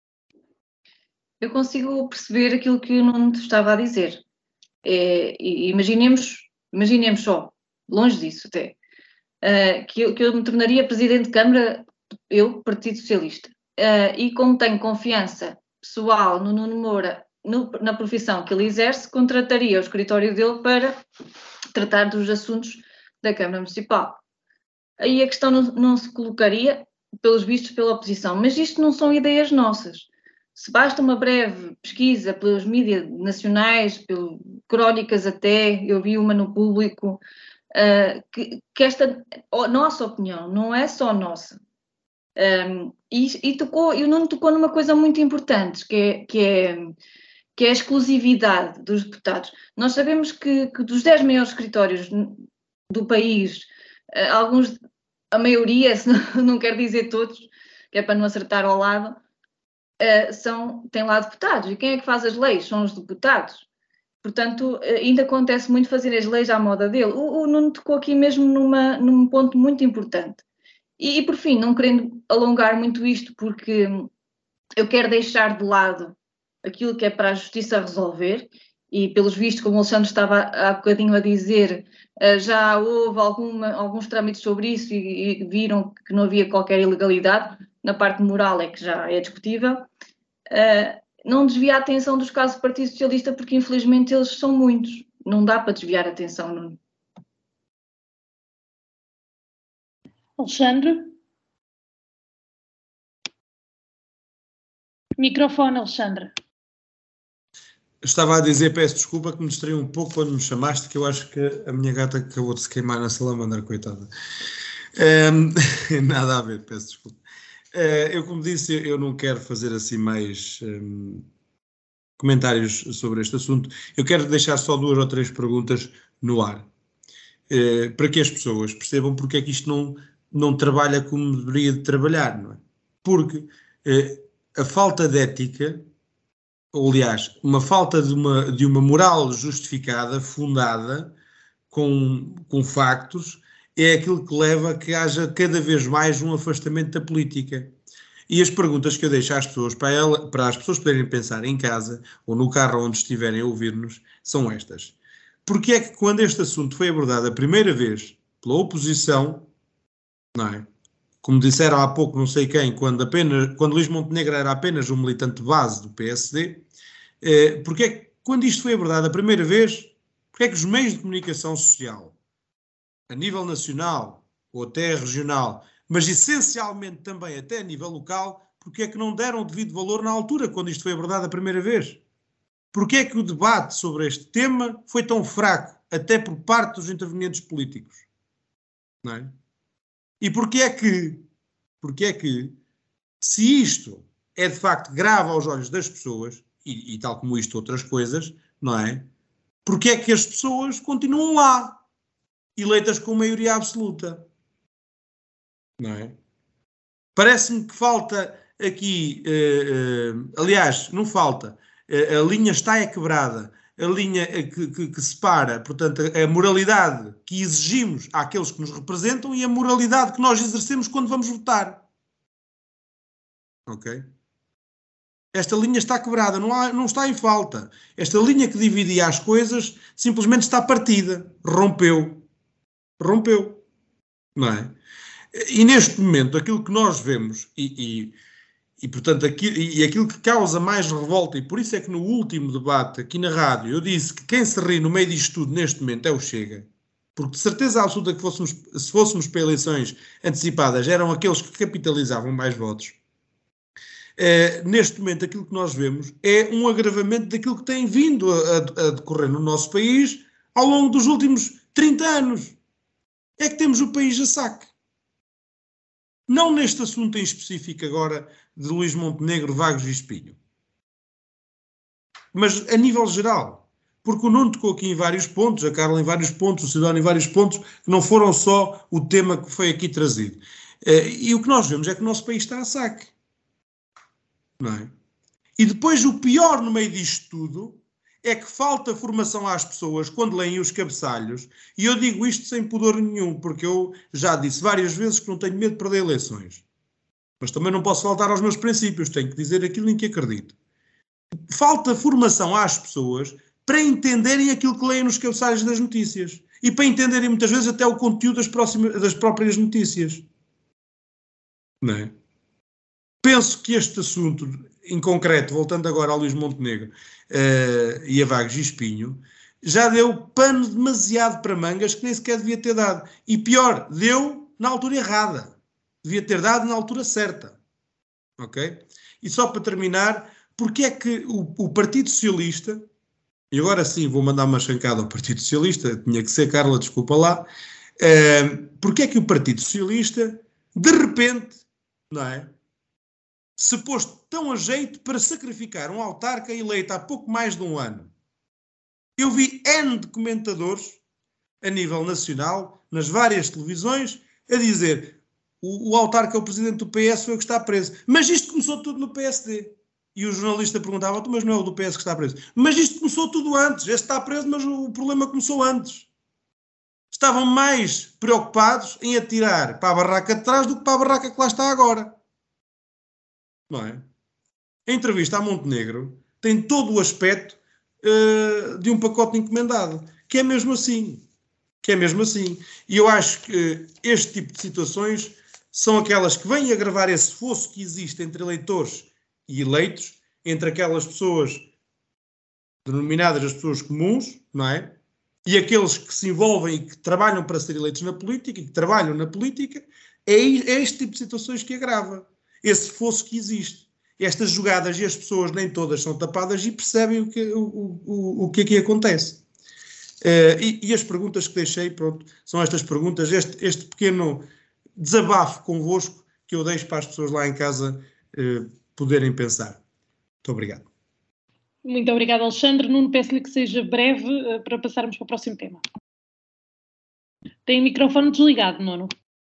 Eu consigo perceber aquilo que o Nuno estava a dizer. É, imaginemos, imaginemos só, longe disso até, uh, que, eu, que eu me tornaria Presidente de Câmara, eu, Partido Socialista. Uh, e como tenho confiança pessoal no Nuno Moura, no, na profissão que ele exerce, contrataria o escritório dele para tratar dos assuntos da Câmara Municipal. Aí a questão não, não se colocaria, pelos vistos, pela oposição. Mas isto não são ideias nossas. Se basta uma breve pesquisa pelos mídias nacionais, pelas crónicas até, eu vi uma no Público, uh, que, que esta a nossa opinião não é só nossa. Um, e, e, tocou, e o Nuno tocou numa coisa muito importante, que é, que é, que é a exclusividade dos deputados. Nós sabemos que, que dos dez maiores escritórios do país, uh, alguns, a maioria, se não, não quero dizer todos, que é para não acertar ao lado, Uh, são, tem lá deputados. E quem é que faz as leis? São os deputados. Portanto, uh, ainda acontece muito fazer as leis à moda dele. O, o Nuno tocou aqui mesmo numa, num ponto muito importante. E, e, por fim, não querendo alongar muito isto, porque eu quero deixar de lado aquilo que é para a Justiça resolver, e pelos vistos, como o Alexandre estava há bocadinho a dizer, uh, já houve alguma, alguns trâmites sobre isso e, e viram que não havia qualquer ilegalidade. Na parte moral é que já é discutível, uh, não desvia a atenção dos casos do Partido Socialista, porque infelizmente eles são muitos. Não dá para desviar a atenção, Nuno. Alexandre? Microfone, Alexandre. Estava a dizer, peço desculpa que me distraí um pouco quando me chamaste, que eu acho que a minha gata acabou de se queimar na salamandra, coitada. Um, nada a ver, peço desculpa. Uh, eu, como disse, eu não quero fazer assim mais um, comentários sobre este assunto. Eu quero deixar só duas ou três perguntas no ar. eh, para que as pessoas percebam porque é que isto não, não trabalha como deveria de trabalhar, não é? Porque eh, a falta de ética, ou, aliás, uma falta de uma, de uma moral justificada, fundada, com, com factos, é aquilo que leva a que haja cada vez mais um afastamento da política. E as perguntas que eu deixo às pessoas, para, ela, para as pessoas poderem pensar em casa, ou no carro onde estiverem a ouvir-nos, são estas. Porque é que quando este assunto foi abordado a primeira vez pela oposição, não é? Como disseram há pouco, não sei quem, quando, apenas, quando Luís Montenegro era apenas um militante base do P S D, eh, porque é que quando isto foi abordado a primeira vez, porque é que os meios de comunicação social, a nível nacional ou até regional, mas essencialmente também até a nível local, porque é que não deram o devido valor na altura, quando isto foi abordado a primeira vez? Porque é que o debate sobre este tema foi tão fraco, até por parte dos intervenientes políticos? Não é? E porque é que, porque é que, se isto é de facto grave aos olhos das pessoas, e, e tal como isto outras coisas, não é? Porque é que as pessoas continuam lá, eleitas com maioria absoluta? Não é? Parece-me que falta aqui, uh, uh, aliás, não falta, uh, a linha está é quebrada, a linha que, que, que separa, portanto, a moralidade que exigimos àqueles que nos representam e a moralidade que nós exercemos quando vamos votar. Ok? Esta linha está quebrada, não, há, não está em falta. Esta linha que dividia as coisas simplesmente está partida, rompeu. Rompeu. Não é? E neste momento, aquilo que nós vemos, e, e, e portanto, aqui, e aquilo que causa mais revolta, e por isso é que no último debate aqui na rádio eu disse que quem se ri no meio disto tudo neste momento é o Chega, porque de certeza absoluta que fôssemos, se fôssemos para eleições antecipadas eram aqueles que capitalizavam mais votos. É, neste momento aquilo que nós vemos é um agravamento daquilo que tem vindo a, a, a decorrer no nosso país ao longo dos últimos trinta anos. É que temos o país a saque. Não neste assunto em específico agora de Luís Montenegro, Vagos e Espinho, mas a nível geral. Porque o Nuno tocou aqui em vários pontos, a Carla em vários pontos, o Sidónio em vários pontos, que não foram só o tema que foi aqui trazido. E o que nós vemos é que o nosso país está a saque. Não é? E depois o pior no meio disto tudo é que falta formação às pessoas quando leem os cabeçalhos, e eu digo isto sem pudor nenhum, porque eu já disse várias vezes que não tenho medo de perder eleições. Mas também não posso faltar aos meus princípios, tenho que dizer aquilo em que acredito. Falta formação às pessoas para entenderem aquilo que leem nos cabeçalhos das notícias e para entenderem muitas vezes até o conteúdo das, próximas, das próprias notícias. Não é? Penso que este assunto, em concreto, voltando agora a Luís Montenegro uh, e a Vagos e Espinho, já deu pano demasiado para mangas que nem sequer devia ter dado. E pior, deu na altura errada. Devia ter dado na altura certa. Ok? E só para terminar, porque é que o, o Partido Socialista, e agora sim vou mandar uma chancada ao Partido Socialista, tinha que ser, Carla, desculpa lá, uh, porque é que o Partido Socialista, de repente, não é? Se pôs tão a jeito para sacrificar um autarca eleito há pouco mais de um ano. Eu vi N de comentadores, a nível nacional, nas várias televisões, a dizer o, o autarca, o presidente do P S, foi o que está preso. Mas isto começou tudo no P S D. E o jornalista perguntava, mas não é o do P S que está preso. Mas isto começou tudo antes. Este está preso, mas o problema começou antes. Estavam mais preocupados em atirar para a barraca de trás do que para a barraca que lá está agora. Não é? A entrevista a Montenegro tem todo o aspecto uh, de um pacote encomendado, que é mesmo assim. Que é mesmo assim. E eu acho que este tipo de situações são aquelas que vêm agravar esse fosso que existe entre eleitores e eleitos, entre aquelas pessoas denominadas as pessoas comuns, não é? E aqueles que se envolvem e que trabalham para ser eleitos na política e que trabalham na política, é, é este tipo de situações que agrava. Esse fosso que existe. Estas jogadas e as pessoas nem todas são tapadas e percebem o que, o, o, o que aqui acontece. Uh, e, e as perguntas que deixei, pronto, são estas perguntas, este, este pequeno desabafo convosco que eu deixo para as pessoas lá em casa uh, poderem pensar. Muito obrigado. Muito obrigada, Alexandre. Nuno, peço-lhe que seja breve uh, para passarmos para o próximo tema. Tem o microfone desligado, Nuno.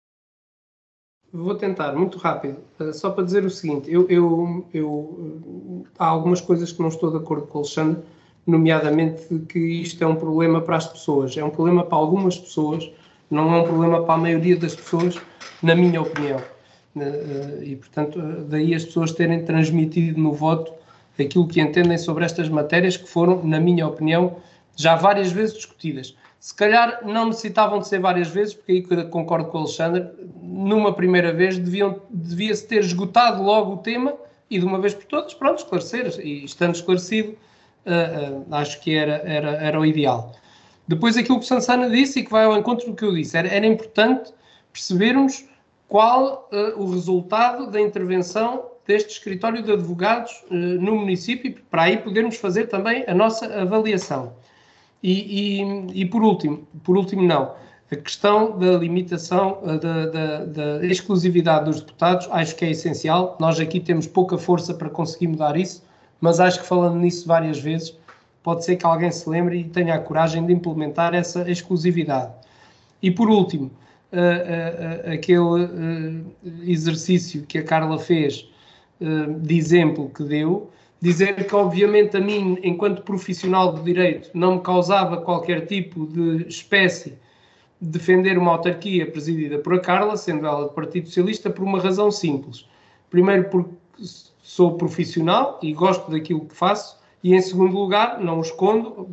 Vou tentar, muito rápido, só para dizer o seguinte, eu, eu, eu, há algumas coisas que não estou de acordo com o Alexandre, nomeadamente que isto é um problema para as pessoas, é um problema para algumas pessoas, não é um problema para a maioria das pessoas, na minha opinião. E, portanto, daí as pessoas terem transmitido no voto aquilo que entendem sobre estas matérias que foram, na minha opinião, já várias vezes discutidas. Se calhar não necessitavam de ser várias vezes, porque aí concordo com o Alexandre, numa primeira vez deviam, devia-se ter esgotado logo o tema e de uma vez por todas, pronto, esclarecer. E estando esclarecido, uh, uh, acho que era, era, era o ideal. Depois aquilo que o Sansana disse e que vai ao encontro do que eu disse, era, era importante percebermos qual uh, o resultado da intervenção deste escritório de advogados uh, no município, para aí podermos fazer também a nossa avaliação. E, e, e por último, por último não, a questão da limitação, da, da, da exclusividade dos deputados, acho que é essencial. Nós aqui temos pouca força para conseguir mudar isso, mas acho que falando nisso várias vezes, pode ser que alguém se lembre e tenha a coragem de implementar essa exclusividade. E por último, uh, uh, uh, aquele uh, exercício que a Carla fez uh, de exemplo que deu, dizer que, obviamente, a mim, enquanto profissional do direito, não me causava qualquer tipo de espécie de defender uma autarquia presidida por a Carla, sendo ela do Partido Socialista, por uma razão simples. Primeiro, porque sou profissional e gosto daquilo que faço, e, em segundo lugar, não o escondo,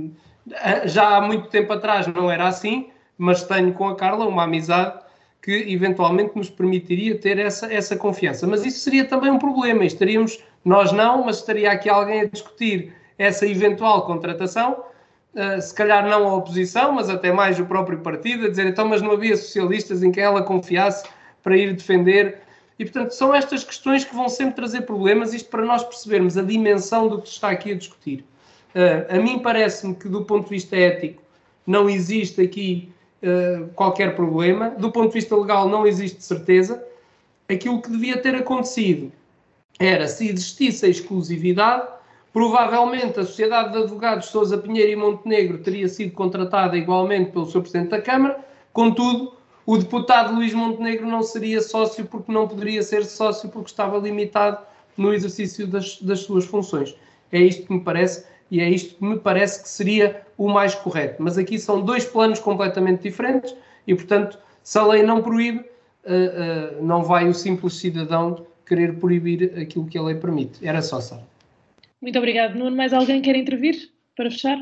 já há muito tempo atrás não era assim, mas tenho com a Carla uma amizade que, eventualmente, nos permitiria ter essa, essa confiança. Mas isso seria também um problema, estaríamos... Nós não, mas estaria aqui alguém a discutir essa eventual contratação, uh, se calhar não a oposição, mas até mais o próprio partido, a dizer, então, mas não havia socialistas em quem ela confiasse para ir defender. E, portanto, são estas questões que vão sempre trazer problemas, isto para nós percebermos a dimensão do que se está aqui a discutir. Uh, a mim parece-me que, do ponto de vista ético, não existe aqui uh, qualquer problema. Do ponto de vista legal, não existe certeza. Aquilo que devia ter acontecido era, se existisse a exclusividade, provavelmente a Sociedade de Advogados Sousa Pinheiro e Montenegro teria sido contratada igualmente pelo senhor Presidente da Câmara, contudo, o deputado Luís Montenegro não seria sócio porque não poderia ser sócio porque estava limitado no exercício das, das suas funções. É isto que me parece e é isto que me parece que seria o mais correto. Mas aqui são dois planos completamente diferentes e, portanto, se a lei não proíbe, uh, uh, não vai o simples cidadão querer proibir aquilo que a lei permite. Era só, Sara. Muito obrigado, Nuno. Mais alguém quer intervir para fechar?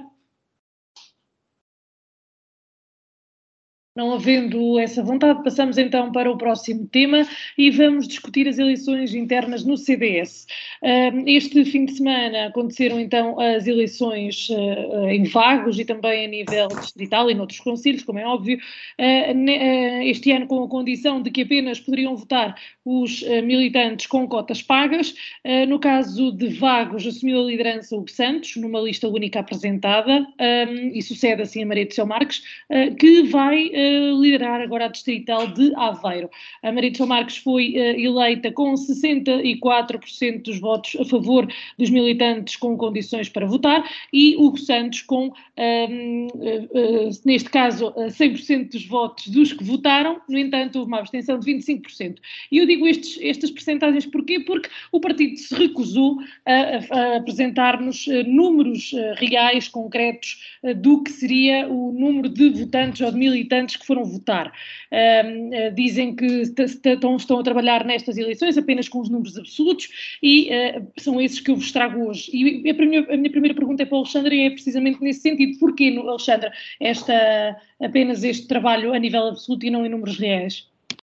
Não havendo essa vontade, passamos então para o próximo tema e vamos discutir as eleições internas no C D S. Este fim de semana aconteceram então as eleições em Vagos e também a nível distrital e noutros concelhos, como é óbvio, este ano com a condição de que apenas poderiam votar os militantes com cotas pagas. No caso de Vagos, assumiu a liderança o Santos, numa lista única apresentada, e sucede assim a Maria do Céu Marques, que vai liderar agora a distrital de Aveiro. A Maria do Céu Marques foi uh, eleita com sessenta e quatro por cento dos votos a favor dos militantes com condições para votar e Hugo Santos com, um, uh, uh, neste caso, uh, cem por cento dos votos dos que votaram, no entanto, houve uma abstenção de vinte e cinco por cento. E eu digo estes, estas percentagens porquê? Porque o partido se recusou a, a, a apresentar-nos uh, números uh, reais, concretos, uh, do que seria o número de votantes ou de militantes que foram votar. Um, uh, dizem que estão, estão a trabalhar nestas eleições apenas com os números absolutos e uh, são esses que eu vos trago hoje. E a, primeira, a minha primeira pergunta é para o Alexandre e é precisamente nesse sentido. Porquê, Alexandre, esta, apenas este trabalho a nível absoluto e não em números reais?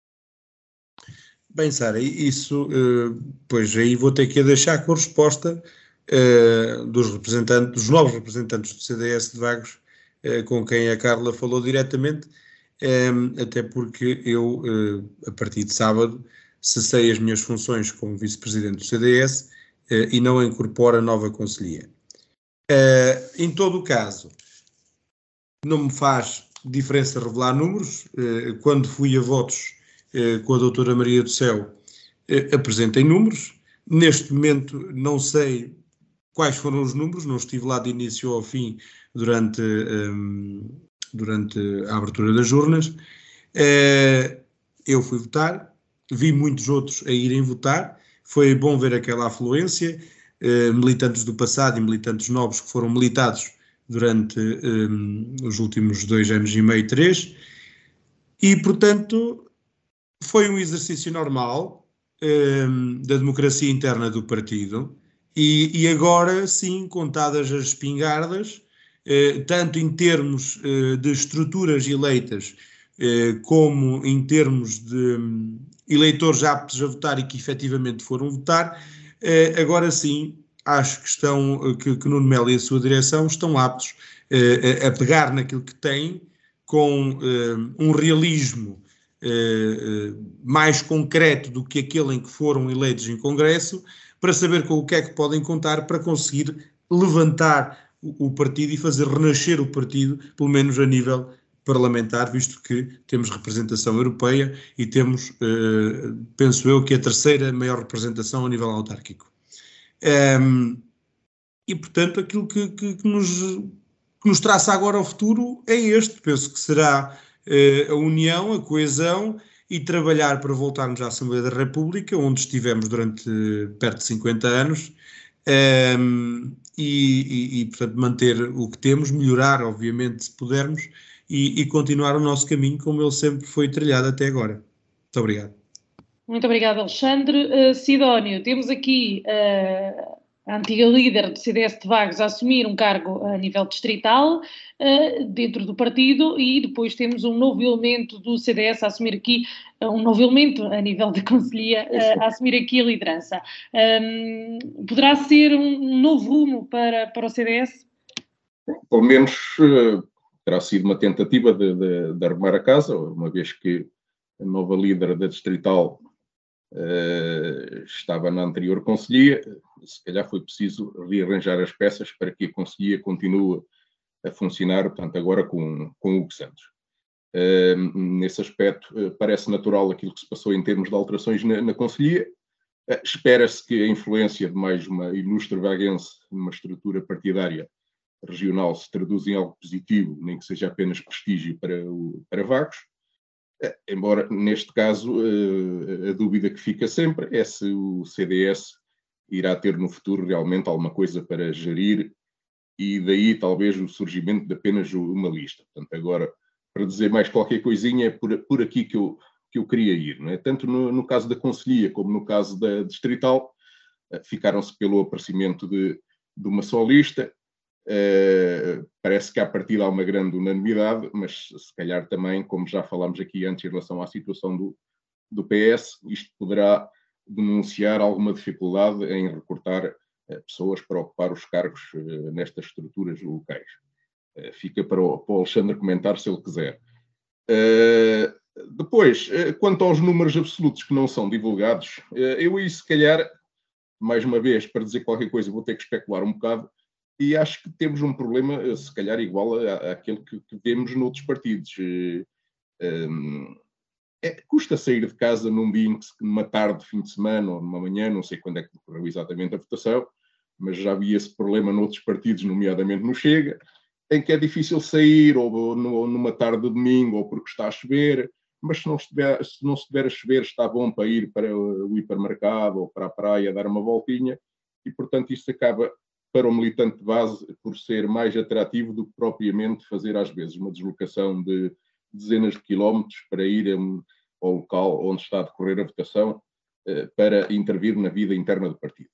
Bem, Sara, isso, uh, pois aí vou ter que a deixar com a resposta uh, dos representantes, dos novos representantes do C D S de Vagos, uh, com quem a Carla falou diretamente, um, até porque eu, uh, a partir de sábado, cessei as minhas funções como vice-presidente do C D S uh, e não incorporo a nova conselhia. Uh, em todo o caso, não me faz diferença revelar números. Uh, quando fui a votos uh, com a doutora Maria do Céu, uh, apresentei números. Neste momento não sei quais foram os números, não estive lá de início ao fim durante um, durante a abertura das urnas. Eu fui votar, vi muitos outros a irem votar, foi bom ver aquela afluência, militantes do passado e militantes novos que foram militados durante um, os últimos dois anos e meio, três, e, portanto, foi um exercício normal um, da democracia interna do partido, e, e agora, sim, contadas as espingardas, eh, tanto em termos eh, de estruturas eleitas, eh, como em termos de um, eleitores aptos a votar e que efetivamente foram votar, eh, agora sim, acho que estão, que, que Nuno Melo e a sua direção estão aptos eh, a pegar naquilo que têm com eh, um realismo eh, mais concreto do que aquele em que foram eleitos em Congresso, para saber com o que é que podem contar para conseguir levantar o, o partido e fazer renascer o partido, pelo menos a nível parlamentar, visto que temos representação europeia e temos, eh, penso eu, que a terceira maior representação a nível autárquico. Um, e, portanto, aquilo que, que, que, nos, que nos traça agora ao futuro é este. Penso que será uh, a união, a coesão e trabalhar para voltarmos à Assembleia da República, onde estivemos durante perto de cinquenta anos, um, e, e, e, portanto, manter o que temos, melhorar, obviamente, se pudermos, e, e continuar o nosso caminho como ele sempre foi trilhado até agora. Muito obrigado. Muito obrigada, Alexandre. Uh, Sidónio, temos aqui uh, a antiga líder do C D S de Vagos a assumir um cargo a nível distrital uh, dentro do partido, e depois temos um novo elemento do C D S a assumir aqui, uh, um novo elemento a nível de conselhia, uh, a assumir aqui a liderança. Um, poderá ser um novo rumo para, para o C D S? Pelo menos uh, terá sido uma tentativa de, de, de arrumar a casa, uma vez que a nova líder da distrital Uh, estava na anterior conselhia, se calhar foi preciso rearranjar as peças para que a conselhia continue a funcionar, portanto, agora com, com Hugo Santos. Uh, nesse aspecto, uh, parece natural aquilo que se passou em termos de alterações na, na conselhia. Uh, espera-se que a influência de mais uma ilustre vaguense numa estrutura partidária regional se traduza em algo positivo, nem que seja apenas prestígio para, o, para Vagos. Embora, neste caso, a dúvida que fica sempre é se o C D S irá ter no futuro realmente alguma coisa para gerir, e daí talvez o surgimento de apenas uma lista. Portanto, agora, para dizer mais qualquer coisinha, é por, por aqui que eu, que eu queria ir. Não é? Tanto no, no caso da conselhia como no caso da distrital, ficaram-se pelo aparecimento de, de uma só lista. Uh, parece que à partida há uma grande unanimidade, mas se calhar também, como já falámos aqui antes em relação à situação do, do P S, isto poderá denunciar alguma dificuldade em recrutar uh, pessoas para ocupar os cargos uh, nestas estruturas locais. Uh, fica para o, para o Alexandre comentar se ele quiser. Uh, depois, uh, quanto aos números absolutos que não são divulgados, uh, eu aí se calhar, mais uma vez, para dizer qualquer coisa, vou ter que especular um bocado. E acho que temos um problema, se calhar, igual àquele que, que vemos noutros partidos. Um, é, custa sair de casa num dia, em que, numa tarde, fim de semana, ou numa manhã, não sei quando é que decorreu exatamente a votação, mas já havia esse problema noutros partidos, nomeadamente no Chega, em que é difícil sair, ou no, numa tarde de domingo, ou porque está a chover, mas se não, estiver, se não estiver a chover, está bom para ir para o hipermercado ou para a praia dar uma voltinha, e, portanto, isso acaba, para o militante de base, por ser mais atrativo do que propriamente fazer, às vezes, uma deslocação de dezenas de quilómetros para ir a um, ao local onde está a decorrer a votação, eh, para intervir na vida interna do partido.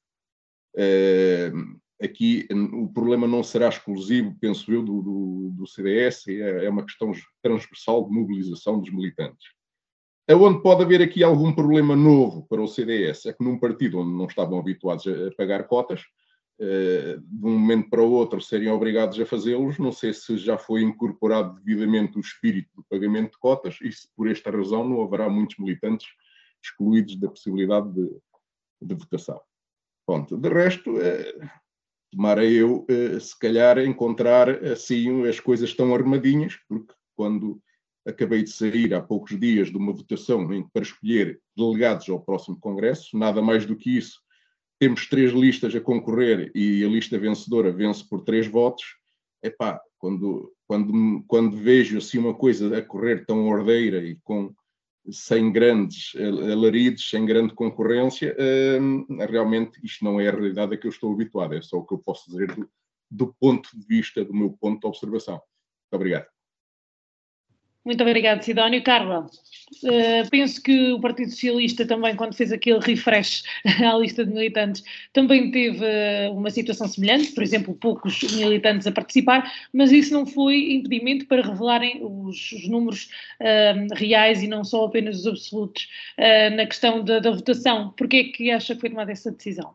Eh, aqui o problema não será exclusivo, penso eu, do, do, do C D S, é, é uma questão transversal de mobilização dos militantes. Aonde pode haver aqui algum problema novo para o C D S é que num partido onde não estavam habituados a, a pagar cotas, de um momento para o outro serem obrigados a fazê-los, não sei se já foi incorporado devidamente o espírito do pagamento de cotas, e se por esta razão não haverá muitos militantes excluídos da possibilidade de, de votação. Pronto, de resto, eh, tomara eu, eh, se calhar, encontrar assim as coisas tão arrumadinhas, porque quando acabei de sair há poucos dias de uma votação em, para escolher delegados ao próximo Congresso, nada mais do que isso. Temos três listas a concorrer e a lista vencedora vence por três votos. epá, quando, quando, quando vejo assim uma coisa a correr tão ordeira e com, sem grandes alaridos, sem grande concorrência, hum, realmente isto não é a realidade a que eu estou habituado, é só o que eu posso dizer do, do ponto de vista, do meu ponto de observação. Muito obrigado. Muito obrigado, Sidónio. Carla, uh, penso que o Partido Socialista também, quando fez aquele refresh à lista de militantes, também teve uh, uma situação semelhante, por exemplo, poucos militantes a participar, mas isso não foi impedimento para revelarem os, os números uh, reais e não só apenas os absolutos uh, na questão da, da votação. Porquê é que acha que foi tomada essa decisão?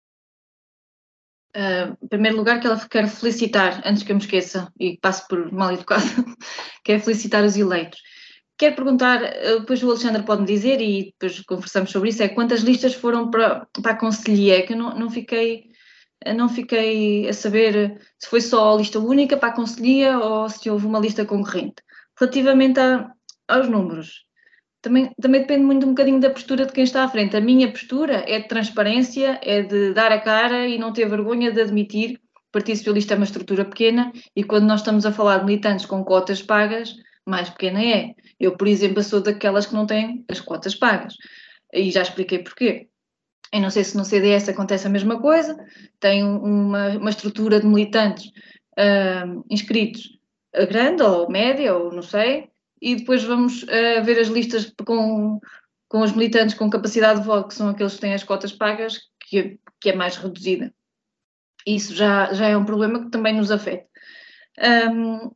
Uh, em primeiro lugar, que ela quer felicitar, antes que eu me esqueça e passe por mal educado, quer felicitar os eleitos. Quero perguntar, depois o Alexandre pode me dizer e depois conversamos sobre isso, é quantas listas foram para, para a Conselhia, que eu não, não, fiquei, não fiquei a saber se foi só a lista única para a Conselhia ou se houve uma lista concorrente. Relativamente a, aos números, Também, também depende muito um bocadinho da postura de quem está à frente. A minha postura é de transparência, é de dar a cara e não ter vergonha de admitir que o Partido Socialista é uma estrutura pequena e quando nós estamos a falar de militantes com cotas pagas, mais pequena é. Eu, por exemplo, sou daquelas que não têm as cotas pagas e já expliquei porquê. Eu não sei se no C D S acontece a mesma coisa, tem uma, uma estrutura de militantes uh, inscritos grande ou média ou não sei, e depois vamos uh, ver as listas com, com os militantes com capacidade de voto, que são aqueles que têm as cotas pagas, que, que é mais reduzida. Isso já, já é um problema que também nos afeta. Um,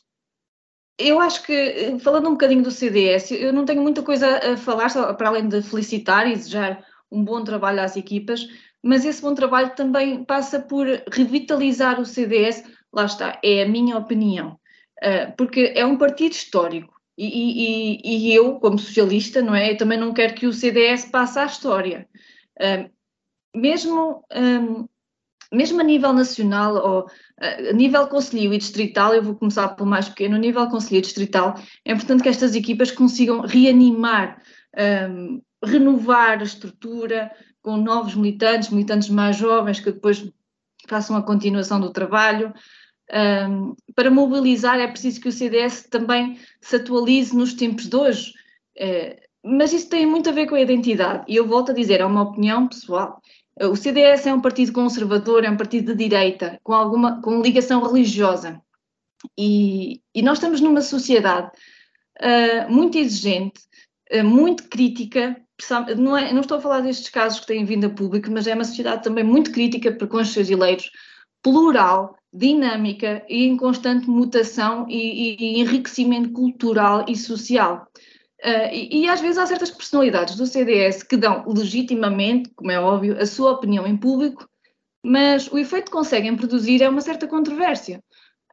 eu acho que, falando um bocadinho do C D S, eu não tenho muita coisa a falar, só para além de felicitar e desejar um bom trabalho às equipas, mas esse bom trabalho também passa por revitalizar o C D S, lá está, é a minha opinião. Uh, porque é um partido histórico e, e, e eu, como socialista, não é? Eu também não quero que o C D S passe à história. Uh, mesmo, um, mesmo a nível nacional ou uh, a nível concelhio e distrital, eu vou começar pelo mais pequeno, a nível concelhio e distrital, é importante que estas equipas consigam reanimar, um, renovar a estrutura com novos militantes, militantes mais jovens que depois façam a continuação do trabalho. Um, para mobilizar é preciso que o C D S também se atualize nos tempos de hoje, uh, mas isso tem muito a ver com a identidade e eu volto a dizer, é uma opinião pessoal. Uh, o C D S é um partido conservador, é um partido de direita, com alguma com ligação religiosa e, e nós estamos numa sociedade uh, muito exigente, uh, muito crítica, não, é, não estou a falar destes casos que têm vindo a público, mas é uma sociedade também muito crítica para com os seus eleitos, plural, dinâmica e em constante mutação e, e enriquecimento cultural e social. Uh, e, e às vezes há certas personalidades do C D S que dão legitimamente, como é óbvio, a sua opinião em público, mas o efeito que conseguem produzir é uma certa controvérsia.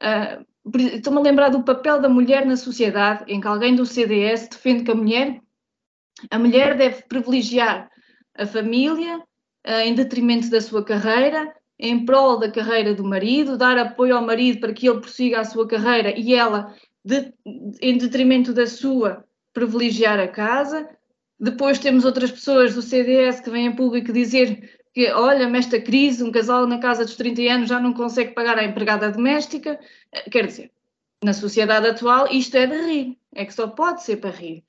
Uh, estou-me a lembrar do papel da mulher na sociedade, em que alguém do C D S defende que a mulher, a mulher deve privilegiar a família uh, em detrimento da sua carreira, em prol da carreira do marido, dar apoio ao marido para que ele prossiga a sua carreira e ela, de, em detrimento da sua, privilegiar a casa. Depois temos outras pessoas do C D S que vêm a público dizer que, olha, nesta crise, um casal na casa dos trinta anos já não consegue pagar a empregada doméstica. Quer dizer, na sociedade atual isto é de rir, é que só pode ser para rir.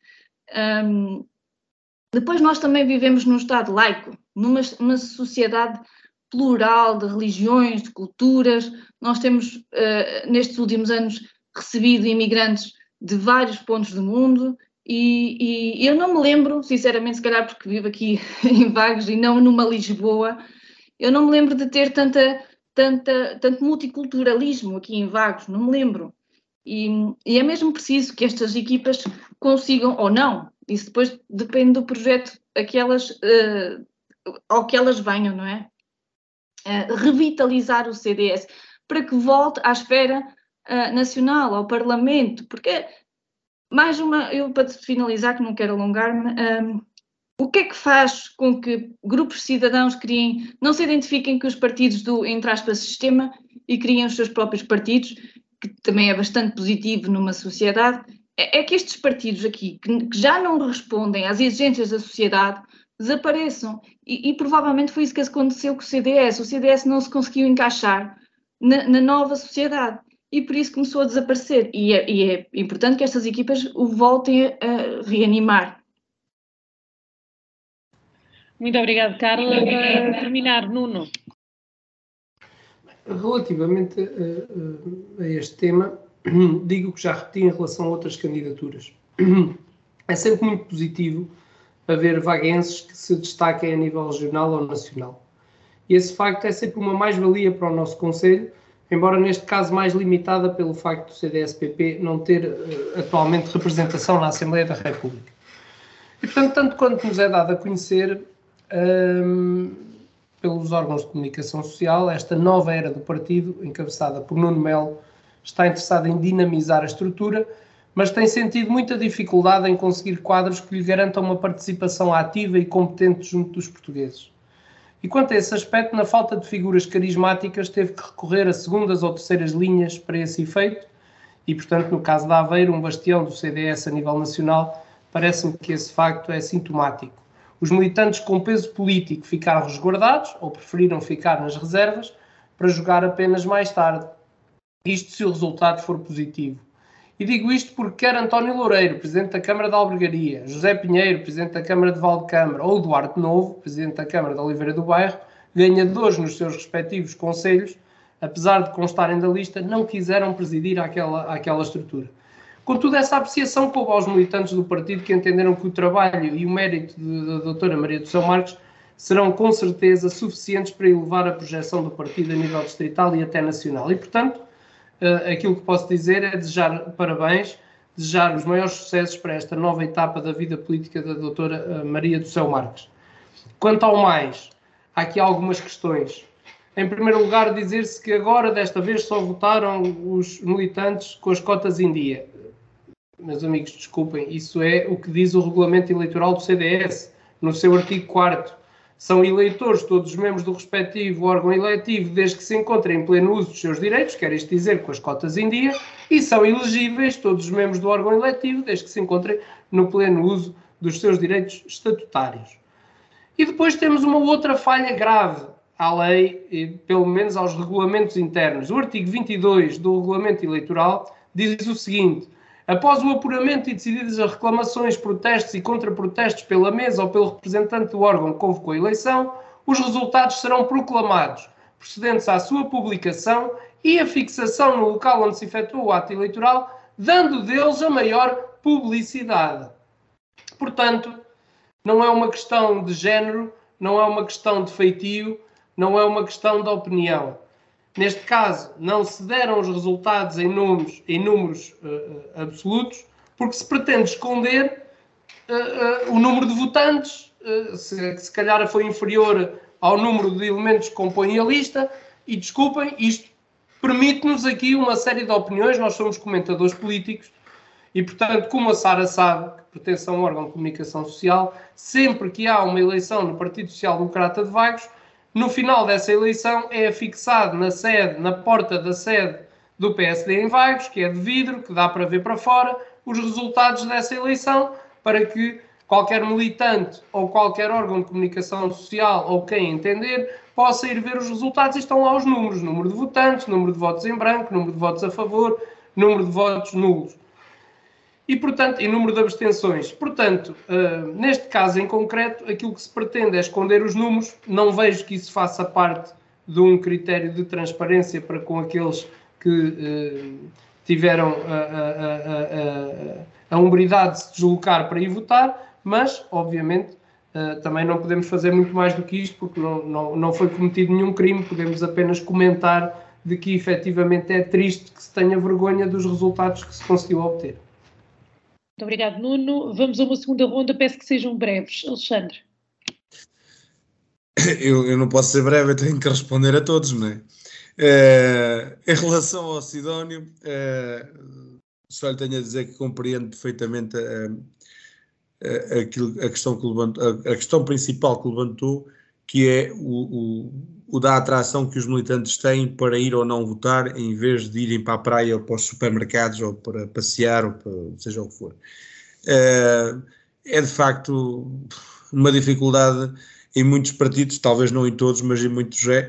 Um, depois nós também vivemos num Estado laico, numa, numa sociedade plural de religiões, de culturas. Nós temos, uh, nestes últimos anos, recebido imigrantes de vários pontos do mundo e, e eu não me lembro, sinceramente, se calhar porque vivo aqui em Vagos e não numa Lisboa, eu não me lembro de ter tanta, tanta, tanto multiculturalismo aqui em Vagos, não me lembro. E, e é mesmo preciso que estas equipas consigam, ou não, isso depois depende do projeto a que elas, uh, ao que elas venham, não é? Uh, revitalizar o C D S para que volte à esfera uh, nacional, ao Parlamento, porque mais uma, eu para finalizar, que não quero alongar-me, um, o que é que faz com que grupos de cidadãos criem, não se identifiquem com os partidos do, entre aspas, sistema e criem os seus próprios partidos, que também é bastante positivo numa sociedade, é, é que estes partidos aqui, que, que já não respondem às exigências da sociedade, desapareçam. E, e provavelmente foi isso que aconteceu com o C D S. O C D S não se conseguiu encaixar na, na nova sociedade. e por isso começou a desaparecer. E é, e é importante que estas equipas o voltem a reanimar. Muito obrigada, Carla. Para terminar, Nuno. Relativamente a, a, a este tema, digo que já repeti em relação a outras candidaturas. É sempre muito positivo haver vaguenses que se destaquem a nível regional ou nacional. E esse facto é sempre uma mais-valia para o nosso Conselho, embora neste caso mais limitada pelo facto do C D S P P não ter uh, atualmente representação na Assembleia da República. E, portanto, tanto quanto nos é dado a conhecer um, pelos órgãos de comunicação social, esta nova era do partido, encabeçada por Nuno Melo, está interessada em dinamizar a estrutura, mas tem sentido muita dificuldade em conseguir quadros que lhe garantam uma participação ativa e competente junto dos portugueses. E quanto a esse aspecto, na falta de figuras carismáticas, teve que recorrer a segundas ou terceiras linhas para esse efeito e, portanto, no caso de Aveiro, um bastião do C D S a nível nacional, parece-me que esse facto é sintomático. Os militantes com peso político ficaram resguardados ou preferiram ficar nas reservas para jogar apenas mais tarde. Isto se o resultado for positivo. E digo isto porque quer António Loureiro, Presidente da Câmara de Albergaria, José Pinheiro, Presidente da Câmara de Valdecâmara, ou Duarte Novo, Presidente da Câmara de Oliveira do Bairro, ganhadores nos seus respectivos conselhos, apesar de constarem da lista, não quiseram presidir àquela, àquela estrutura. Contudo, essa apreciação coube aos militantes do partido que entenderam que o trabalho e o mérito da doutora Maria do Céu Marques serão com certeza suficientes para elevar a projeção do partido a nível distrital e até nacional. E, portanto, Uh, aquilo que posso dizer é desejar parabéns, desejar os maiores sucessos para esta nova etapa da vida política da doutora uh, Maria do Céu Marques. Quanto ao mais, há aqui algumas questões. Em primeiro lugar, dizer-se que agora, desta vez, só votaram os militantes com as cotas em dia. Meus amigos, desculpem, isso é o que diz o regulamento eleitoral do C D S, no seu artigo quarto. São eleitores todos os membros do respectivo órgão eletivo, desde que se encontrem em pleno uso dos seus direitos, quer isto dizer com as cotas em dia, e são elegíveis todos os membros do órgão eletivo, desde que se encontrem no pleno uso dos seus direitos estatutários. E depois temos uma outra falha grave à lei, e pelo menos aos regulamentos internos. O artigo vinte e dois do regulamento eleitoral diz o seguinte: após o apuramento e decididas as reclamações, protestos e contraprotestos pela mesa ou pelo representante do órgão que convocou a eleição, os resultados serão proclamados, procedentes à sua publicação e a fixação no local onde se efetuou o ato eleitoral, dando deles a maior publicidade. Portanto, não é uma questão de género, não é uma questão de feitio, não é uma questão de opinião. Neste caso, não se deram os resultados em números, em números uh, absolutos, porque se pretende esconder uh, uh, o número de votantes, uh, se, que se calhar foi inferior ao número de elementos que compõem a lista, e desculpem, isto permite-nos aqui uma série de opiniões, nós somos comentadores políticos, e portanto, como a Sara sabe, que pertence a um órgão de comunicação social, sempre que há uma eleição no Partido Social Democrata de Vagos, no final dessa eleição é afixado na sede, na porta da sede do P S D em Vagos, que é de vidro, que dá para ver para fora, os resultados dessa eleição, para que qualquer militante ou qualquer órgão de comunicação social ou quem entender possa ir ver os resultados e estão lá os números, número de votantes, número de votos em branco, número de votos a favor, número de votos nulos. E, portanto, e número de abstenções. Portanto, uh, neste caso em concreto, aquilo que se pretende é esconder os números. Não vejo que isso faça parte de um critério de transparência para com aqueles que uh, tiveram a, a, a, a, a umbridade de se deslocar para ir votar, mas, obviamente, uh, também não podemos fazer muito mais do que isto, porque não, não, não foi cometido nenhum crime, podemos apenas comentar de que, efetivamente, é triste que se tenha vergonha dos resultados que se conseguiu obter. Muito obrigado, Nuno. Vamos a uma segunda ronda, peço que sejam breves. Alexandre. Eu, eu não posso ser breve, eu tenho que responder a todos, não é? Uh, em relação ao Sidónio, uh, só lhe tenho a dizer que compreendo perfeitamente a, a, aquilo, a, questão, que levantou, a, a questão principal que levantou, que é o, o, o da atração que os militantes têm para ir ou não votar, em vez de irem para a praia ou para os supermercados ou para passear ou para seja o que for. Uh, é de facto uma dificuldade em muitos partidos, talvez não em todos, mas em muitos é,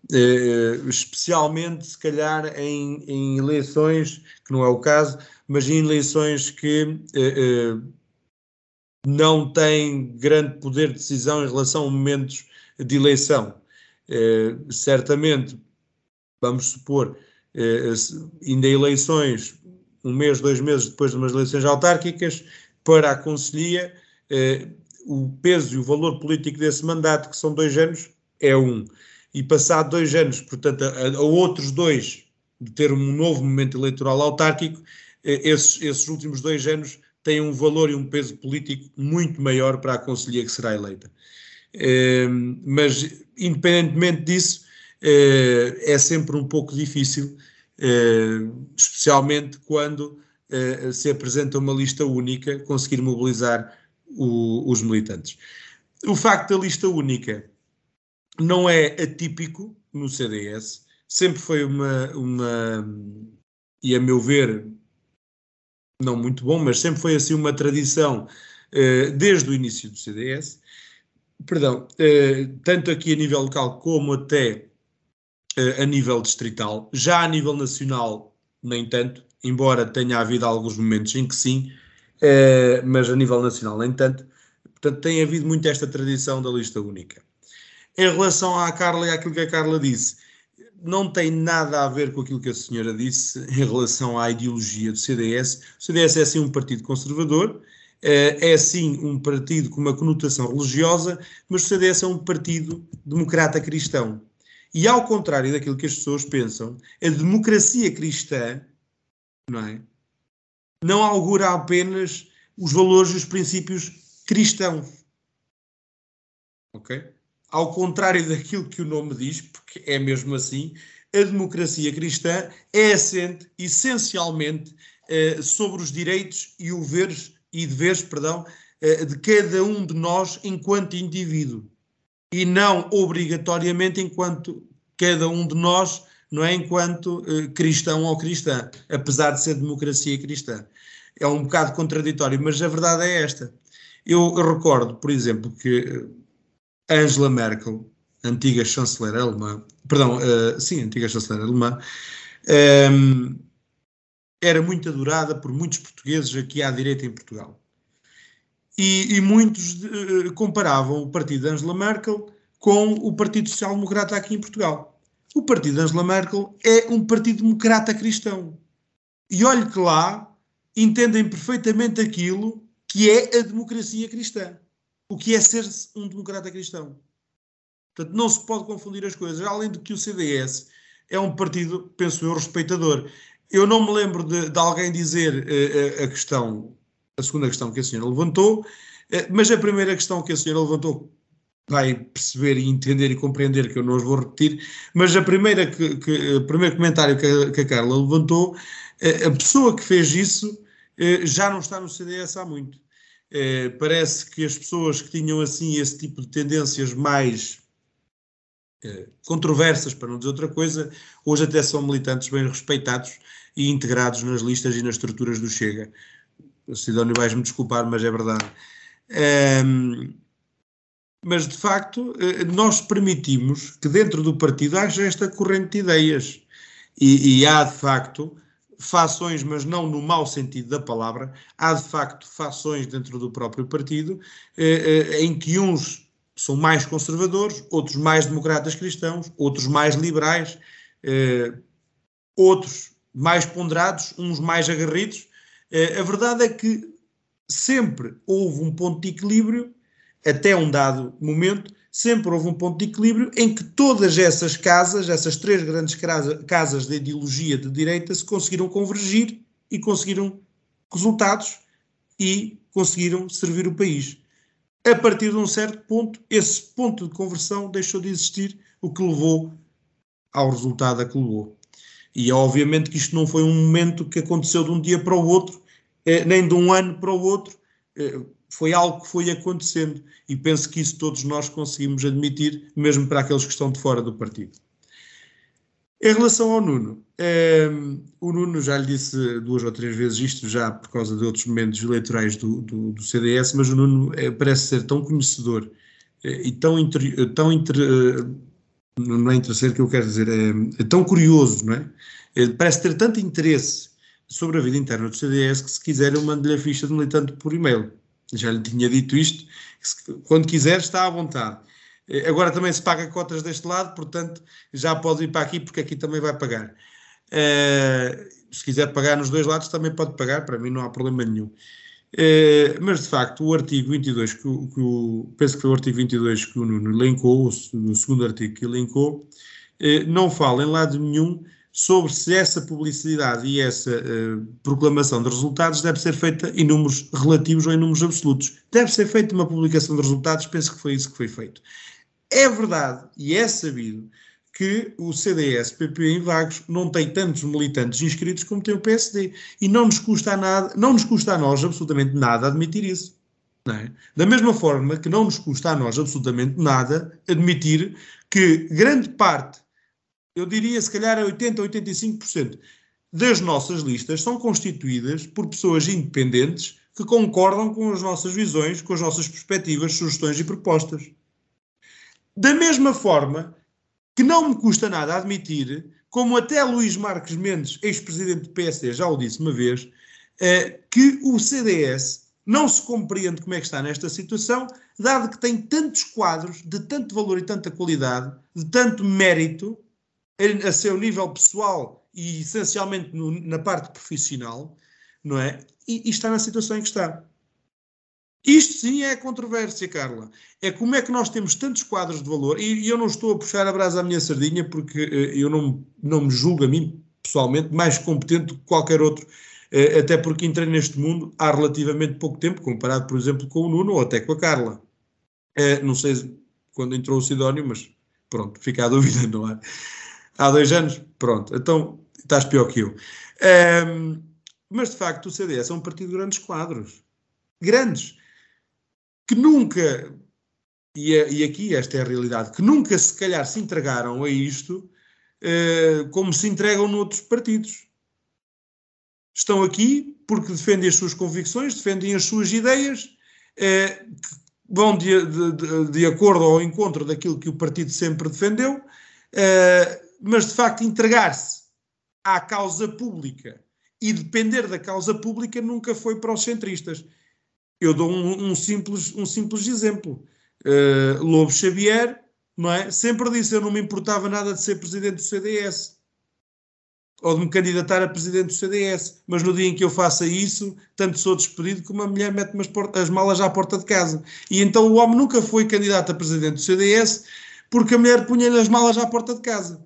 uh, especialmente, se calhar, em, em eleições, que não é o caso, mas em eleições que uh, uh, não têm grande poder de decisão em relação a momentos de eleição. Uh, certamente, vamos supor, uh, ainda eleições, um mês, dois meses depois de umas eleições autárquicas, para a Conselhia, uh, o peso e o valor político desse mandato, que são dois anos, é um. E passado dois anos, portanto, a, a outros dois, de ter um novo momento eleitoral autárquico, uh, esses, esses últimos dois anos têm um valor e um peso político muito maior para a Conselhia que será eleita. Uh, mas, independentemente disso, uh, é sempre um pouco difícil, uh, especialmente quando uh, se apresenta uma lista única, conseguir mobilizar o, os militantes. O facto da lista única não é atípico no C D S, sempre foi uma, uma e a meu ver, não muito bom, mas sempre foi assim uma tradição uh, desde o início do C D S, perdão, uh, tanto aqui a nível local como até uh, a nível distrital. Já a nível nacional, nem tanto, embora tenha havido alguns momentos em que sim, uh, mas a nível nacional nem tanto. Portanto, tem havido muito esta tradição da lista única. Em relação à Carla e àquilo que a Carla disse, não tem nada a ver com aquilo que a senhora disse em relação à ideologia do C D S. O C D S é sim um partido conservador, é sim um partido com uma conotação religiosa, mas o C D S é um partido democrata cristão. E ao contrário daquilo que as pessoas pensam, a democracia cristã, não é, não augura apenas os valores e os princípios cristãos. Ok? Ao contrário daquilo que o nome diz, porque é mesmo assim, a democracia cristã é assente essencialmente eh, sobre os direitos e, deveres, e deveres perdão, eh, de cada um de nós enquanto indivíduo, e não obrigatoriamente enquanto cada um de nós, não é, enquanto eh, cristão ou cristã, apesar de ser democracia cristã. É um bocado contraditório, mas a verdade é esta. Eu, eu recordo, por exemplo, que Angela Merkel, antiga chanceler alemã, perdão, uh, sim, antiga chanceler alemã, um, era muito adorada por muitos portugueses aqui à direita em Portugal. E, e muitos uh, comparavam o partido de Angela Merkel com o Partido Social Democrata aqui em Portugal. O partido de Angela Merkel é um partido democrata cristão. E olhe que lá entendem perfeitamente aquilo que é a democracia cristã. O que é ser um democrata cristão. Portanto, não se pode confundir as coisas. Além de que o C D S é um partido, penso eu, respeitador. Eu não me lembro de, de alguém dizer uh, a questão, a segunda questão que a senhora levantou, uh, mas a primeira questão que a senhora levantou vai perceber e entender e compreender, que eu não os vou repetir, mas a primeira que, que, o primeiro comentário que a, que a Carla levantou, uh, a pessoa que fez isso uh, já não está no C D S há muito. Eh, parece que as pessoas que tinham assim esse tipo de tendências mais eh, controversas, para não dizer outra coisa, hoje até são militantes bem respeitados e integrados nas listas e nas estruturas do Chega. O Sidónio vais-me desculpar, mas é verdade. Um, mas, de facto, eh, nós permitimos que dentro do partido haja esta corrente de ideias. E, e há, de facto, fações, mas não no mau sentido da palavra, há de facto fações dentro do próprio partido eh, eh, em que uns são mais conservadores, outros mais democratas cristãos, outros mais liberais, eh, outros mais ponderados, uns mais aguerridos. Eh, a verdade é que sempre houve um ponto de equilíbrio, até um dado momento, sempre houve um ponto de equilíbrio em que todas essas casas, essas três grandes casas de ideologia de direita, se conseguiram convergir e conseguiram resultados e conseguiram servir o país. A partir de um certo ponto, esse ponto de conversão deixou de existir, o que levou ao resultado a que levou. E é obviamente que isto não foi um momento que aconteceu de um dia para o outro, nem de um ano para o outro, foi algo que foi acontecendo, e penso que isso todos nós conseguimos admitir, mesmo para aqueles que estão de fora do partido. Em relação ao Nuno, eh, o Nuno já lhe disse duas ou três vezes isto, já por causa de outros momentos eleitorais do, do, do C D S, mas o Nuno eh, parece ser tão conhecedor eh, e tão, inter, tão inter, eh, não é interesseiro que eu quero dizer, é, é tão curioso, não é? é? Parece ter tanto interesse sobre a vida interna do C D S que, se quiser, eu mando-lhe a ficha de militante por e-mail. Já lhe tinha dito isto, que se, quando quiser está à vontade. Agora também se paga cotas deste lado, portanto já pode ir para aqui, porque aqui também vai pagar. Uh, se quiser pagar nos dois lados também pode pagar, para mim não há problema nenhum. Uh, mas de facto o artigo vinte e dois, que o, que o, penso que foi o artigo vinte e dois que o Nuno elencou, o segundo artigo que elencou, uh, não fala em lado nenhum sobre se essa publicidade e essa uh, proclamação de resultados deve ser feita em números relativos ou em números absolutos. Deve ser feita uma publicação de resultados, penso que foi isso que foi feito. É verdade e é sabido que o C D S P P em Vagos não tem tantos militantes inscritos como tem o P S D. E não nos custa nada, não nos custa a nós absolutamente nada admitir isso. Não é? Da mesma forma que não nos custa a nós absolutamente nada admitir que grande parte, eu diria se calhar oitenta, oitenta e cinco por cento das nossas listas são constituídas por pessoas independentes que concordam com as nossas visões, com as nossas perspectivas, sugestões e propostas. Da mesma forma que não me custa nada admitir, como até Luís Marques Mendes, ex-presidente do P S D, já o disse uma vez, eh, que o C D S não se compreende como é que está nesta situação, dado que tem tantos quadros de tanto valor e tanta qualidade, de tanto mérito, a seu nível pessoal e essencialmente no, na parte profissional, não é? E, e está na situação em que está. Isto sim é a controvérsia, Carla. É como é que nós temos tantos quadros de valor, e, e eu não estou a puxar a brasa à minha sardinha, porque uh, eu não, não me julgo a mim, pessoalmente, mais competente do que qualquer outro, uh, até porque entrei neste mundo há relativamente pouco tempo, comparado, por exemplo, com o Nuno ou até com a Carla. Uh, não sei quando entrou o Sidónio, mas pronto, fica a dúvida, não é? Há dois anos? Pronto, então estás pior que eu. Um, mas, de facto, o C D S é um partido de grandes quadros. Grandes. Que nunca, e, é, e aqui esta é a realidade, que nunca se calhar se entregaram a isto uh, como se entregam noutros partidos. Estão aqui porque defendem as suas convicções, defendem as suas ideias, uh, que vão de, de, de, de acordo ao encontro daquilo que o partido sempre defendeu, uh, mas de facto entregar-se à causa pública e depender da causa pública nunca foi para os centristas. Eu dou um, um, simples, um simples exemplo. Uh, Lobo Xavier, não é? Sempre disse: eu não me importava nada de ser presidente do C D S ou de me candidatar a presidente do C D S, mas no dia em que eu faça isso, tanto sou despedido como a mulher mete-me as, as malas à porta de casa. E então o homem nunca foi candidato a presidente do C D S porque a mulher punha-lhe as malas à porta de casa.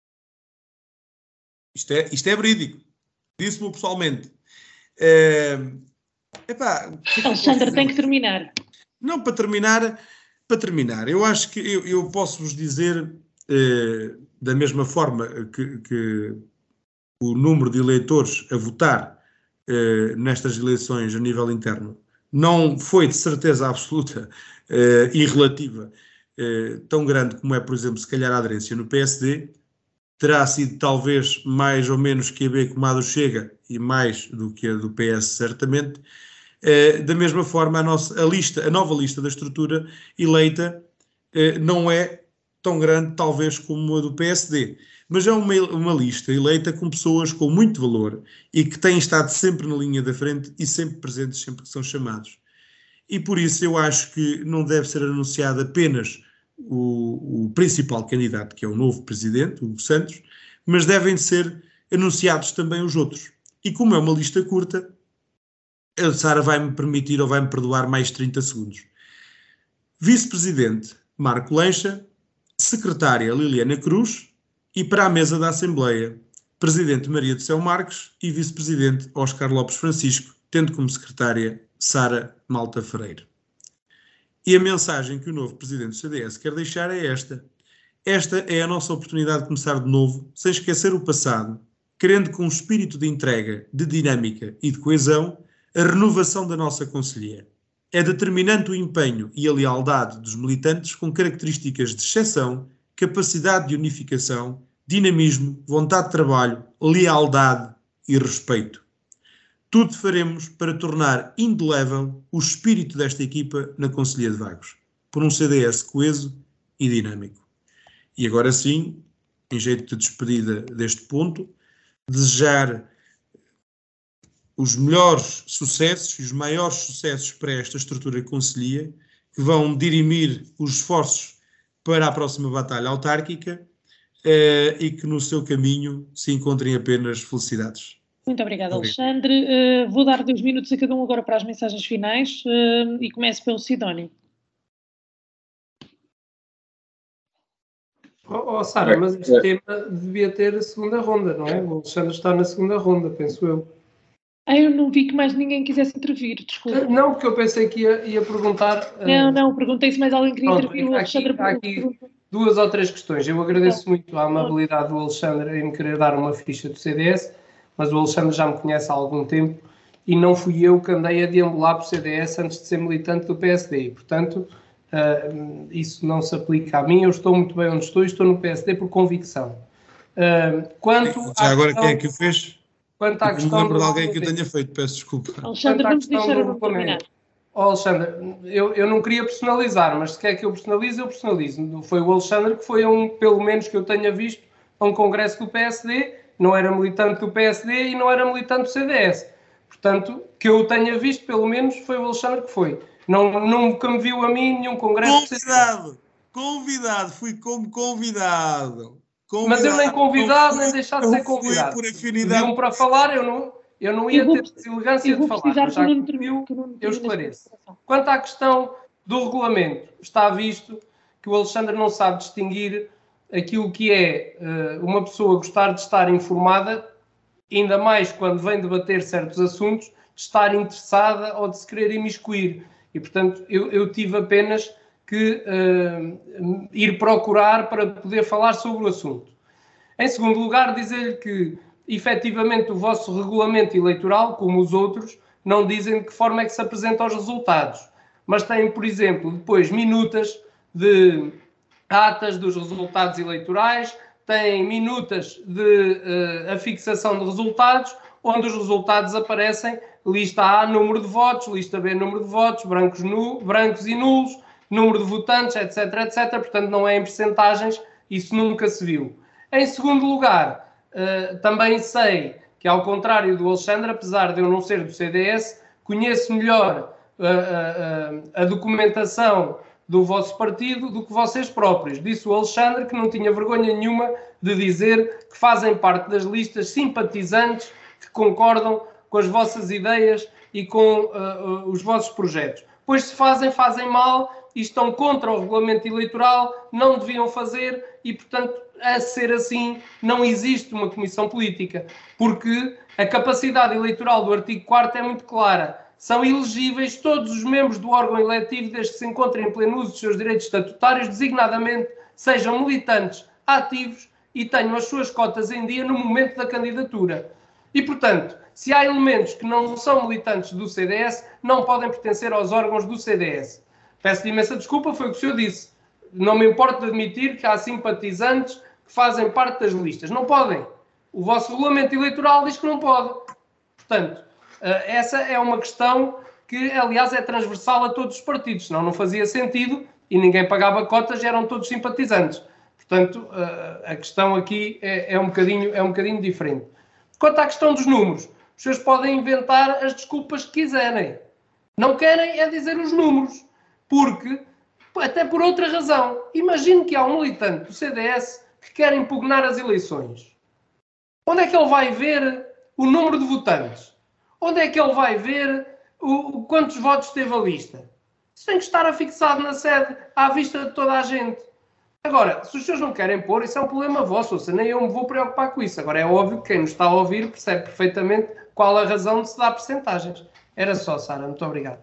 Isto é, isto é verídico. Disse-me pessoalmente. Uh, epá, que Alexandre, tem que terminar. Não, para terminar, para terminar, eu acho que eu, eu posso-vos dizer, eh, da mesma forma que, que o número de eleitores a votar eh, nestas eleições a nível interno não foi de certeza absoluta eh, e relativa eh, tão grande como é, por exemplo, se calhar a aderência no P S D, terá sido talvez mais ou menos que a B como a do Chega e mais do que a do P S, certamente. Uh, da mesma forma, a, nossa, a, lista, a nova lista da estrutura eleita uh, não é tão grande, talvez, como a do P S D, mas é uma, uma lista eleita com pessoas com muito valor e que têm estado sempre na linha da frente e sempre presentes, sempre que são chamados. E por isso eu acho que não deve ser anunciado apenas o, o principal candidato, que é o novo presidente, o Santos, mas devem ser anunciados também os outros. E como é uma lista curta, a Sara vai-me permitir ou vai-me perdoar mais trinta segundos. Vice-presidente Marco Lencha, secretária Liliana Cruz e para a mesa da Assembleia, presidente Maria do Céu Marques e vice-presidente Oscar Lopes Francisco, tendo como secretária Sara Malta Freire. E a mensagem que o novo presidente do C D S quer deixar é esta. Esta é a nossa oportunidade de começar de novo, sem esquecer o passado, querendo com um espírito de entrega, de dinâmica e de coesão, a renovação da nossa conselhia. É determinante o empenho e a lealdade dos militantes com características de exceção, capacidade de unificação, dinamismo, vontade de trabalho, lealdade e respeito. Tudo faremos para tornar indelével o espírito desta equipa na Conselhia de Vagos, por um C D S coeso e dinâmico. E agora sim, em jeito de despedida deste ponto, desejar os melhores sucessos e os maiores sucessos para esta estrutura concelhia, que vão dirimir os esforços para a próxima batalha autárquica eh, e que no seu caminho se encontrem apenas felicidades. Muito obrigada, Alexandre. Uh, vou dar dois minutos a cada um agora para as mensagens finais uh, e começo pelo Sidónio. Oh, oh Sara, mas este tema devia ter a segunda ronda, não é? O Alexandre está na segunda ronda, penso eu. Ah, eu não vi que mais ninguém quisesse intervir, desculpa. Não, porque eu pensei que ia, ia perguntar... Não, uh... não, perguntei se mais alguém queria Pronto, intervir. O Alexandre há aqui duas ou três questões. Eu agradeço então, muito a amabilidade do Alexandre em me querer dar uma ficha do C D S, mas o Alexandre já me conhece há algum tempo e não fui eu que andei a deambular para o C D S antes de ser militante do P S D. E, portanto, uh, isso não se aplica a mim. Eu estou muito bem onde estou e estou no P S D por convicção. Uh, quanto já agora questão... quem é que o fez? Quanto à questão não lembro de alguém que eu tenha feito, peço desculpa. Alexandre, vamos deixar o terminar. Oh, Alexandre, eu, eu não queria personalizar, mas se quer que eu personalize, eu personalizo. Foi o Alexandre que foi, um, pelo menos que eu tenha visto, a um congresso do P S D, não era militante do P S D e não era militante do C D S. Portanto, que eu tenha visto, pelo menos, foi o Alexandre que foi. Não, nunca me viu a mim nenhum congresso. Convidado, convidado, fui como convidado. Convidado, mas eu nem convidado, nem deixar de ser convidado. Por afinidade. Pediam para falar, eu não, eu não ia eu ter deselegância de falar. Mas já que pediu, eu esclareço. Quanto à questão do regulamento, está visto que o Alexandre não sabe distinguir aquilo que é uh, uma pessoa gostar de estar informada, ainda mais quando vem debater certos assuntos, de estar interessada ou de se querer imiscuir. E, portanto, eu, eu tive apenas que uh, ir procurar para poder falar sobre o assunto. Em segundo lugar, dizer-lhe que, efetivamente, o vosso regulamento eleitoral, como os outros, não dizem de que forma é que se apresentam os resultados. Mas têm, por exemplo, depois minutas de atas dos resultados eleitorais, têm minutas de uh, a fixação de resultados, onde os resultados aparecem lista A, número de votos, lista B, número de votos, brancos, nu, brancos e nulos, número de votantes, etc, etcétera. Portanto, não é em percentagens, isso nunca se viu. Em segundo lugar, uh, também sei que, ao contrário do Alexandre, apesar de eu não ser do C D S, conheço melhor uh, uh, uh, a documentação do vosso partido do que vocês próprios. Disse o Alexandre que não tinha vergonha nenhuma de dizer que fazem parte das listas simpatizantes que concordam com as vossas ideias e com uh, uh, os vossos projetos. Pois se fazem, fazem mal e estão contra o regulamento eleitoral, não deviam fazer e, portanto, a ser assim, não existe uma comissão política, porque a capacidade eleitoral do artigo quarto é muito clara. São elegíveis todos os membros do órgão eletivo, desde que se encontrem em pleno uso dos seus direitos estatutários, designadamente sejam militantes ativos e tenham as suas cotas em dia no momento da candidatura. E, portanto, se há elementos que não são militantes do C D S, não podem pertencer aos órgãos do C D S. Peço imensa desculpa, foi o que o senhor disse. Não me importo de admitir que há simpatizantes que fazem parte das listas. Não podem. O vosso regulamento eleitoral diz que não pode. Portanto, essa é uma questão que, aliás, é transversal a todos os partidos. Senão não fazia sentido e ninguém pagava cotas e eram todos simpatizantes. Portanto, a questão aqui é, é, um bocadinho, é um bocadinho diferente. Quanto à questão dos números, os senhores podem inventar as desculpas que quiserem. Não querem é dizer os números. Porque, até por outra razão, imagine que há um militante do C D S que quer impugnar as eleições. Onde é que ele vai ver o número de votantes? Onde é que ele vai ver o, o, quantos votos teve a lista? Isso tem que estar afixado na sede, à vista de toda a gente. Agora, se os senhores não querem pôr, isso é um problema vosso, ou seja, nem eu me vou preocupar com isso. Agora, é óbvio que quem nos está a ouvir percebe perfeitamente qual a razão de se dar percentagens. Era só, Sara. Muito obrigado.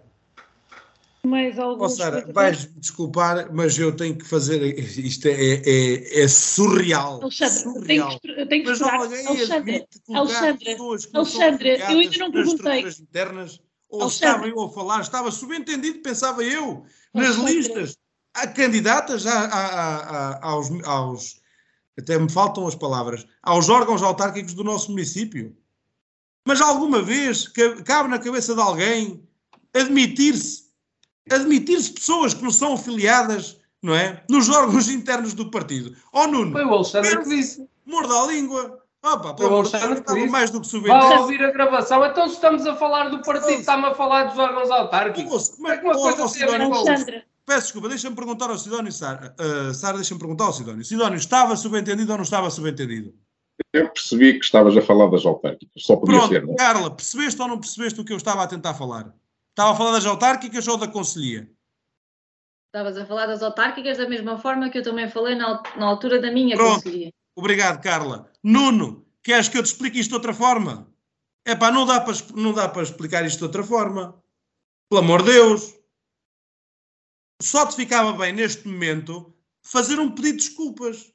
Mais algum? Oh, Sara, vais-me desculpar, mas eu tenho que fazer. Isto é, é, é surreal. Alexandre, surreal. Tenho, tenho que mas esperar. alguém Alexandre, Alexandre, Alexandre eu ainda não perguntei. Internas, ou estava eu a falar, estava subentendido, pensava eu, nas Alexandre. listas. Há candidatas a, a, a, a, aos, aos. Até me faltam as palavras. Aos órgãos autárquicos do nosso município. Mas alguma vez cabe na cabeça de alguém admitir-se. Admitir-se pessoas que não são afiliadas não é? Nos órgãos internos do partido. Ó Nuno, Foi o Alexandre que disse. Morda a língua. Opa, Foi o Alexandre que disse. Mais do que subentendido. Vá ouvir a gravação. Então se estamos a falar do partido, está-me a falar dos órgãos autárquicos. Como é que uma coisa tem a ver com a outra? Peço desculpa, deixa-me perguntar ao Sidónio, Sara. Uh, Sara, deixa-me perguntar ao Sidónio. Sidónio, estava subentendido ou não estava subentendido? Eu percebi que estavas a falar das autárquicas. Só podia Pronto, ser, não é? Carla, percebeste ou não percebeste o que eu estava a tentar falar? Estava a falar das autárquicas ou da conselhia? Estavas a falar das autárquicas da mesma forma que eu também falei na, na altura da minha Pronto. conselhia. Obrigado, Carla. Nuno, queres que eu te explique isto de outra forma? Epá, não dá para, não dá para explicar isto de outra forma. Pelo amor de Deus. Só te ficava bem, neste momento, fazer um pedido de desculpas.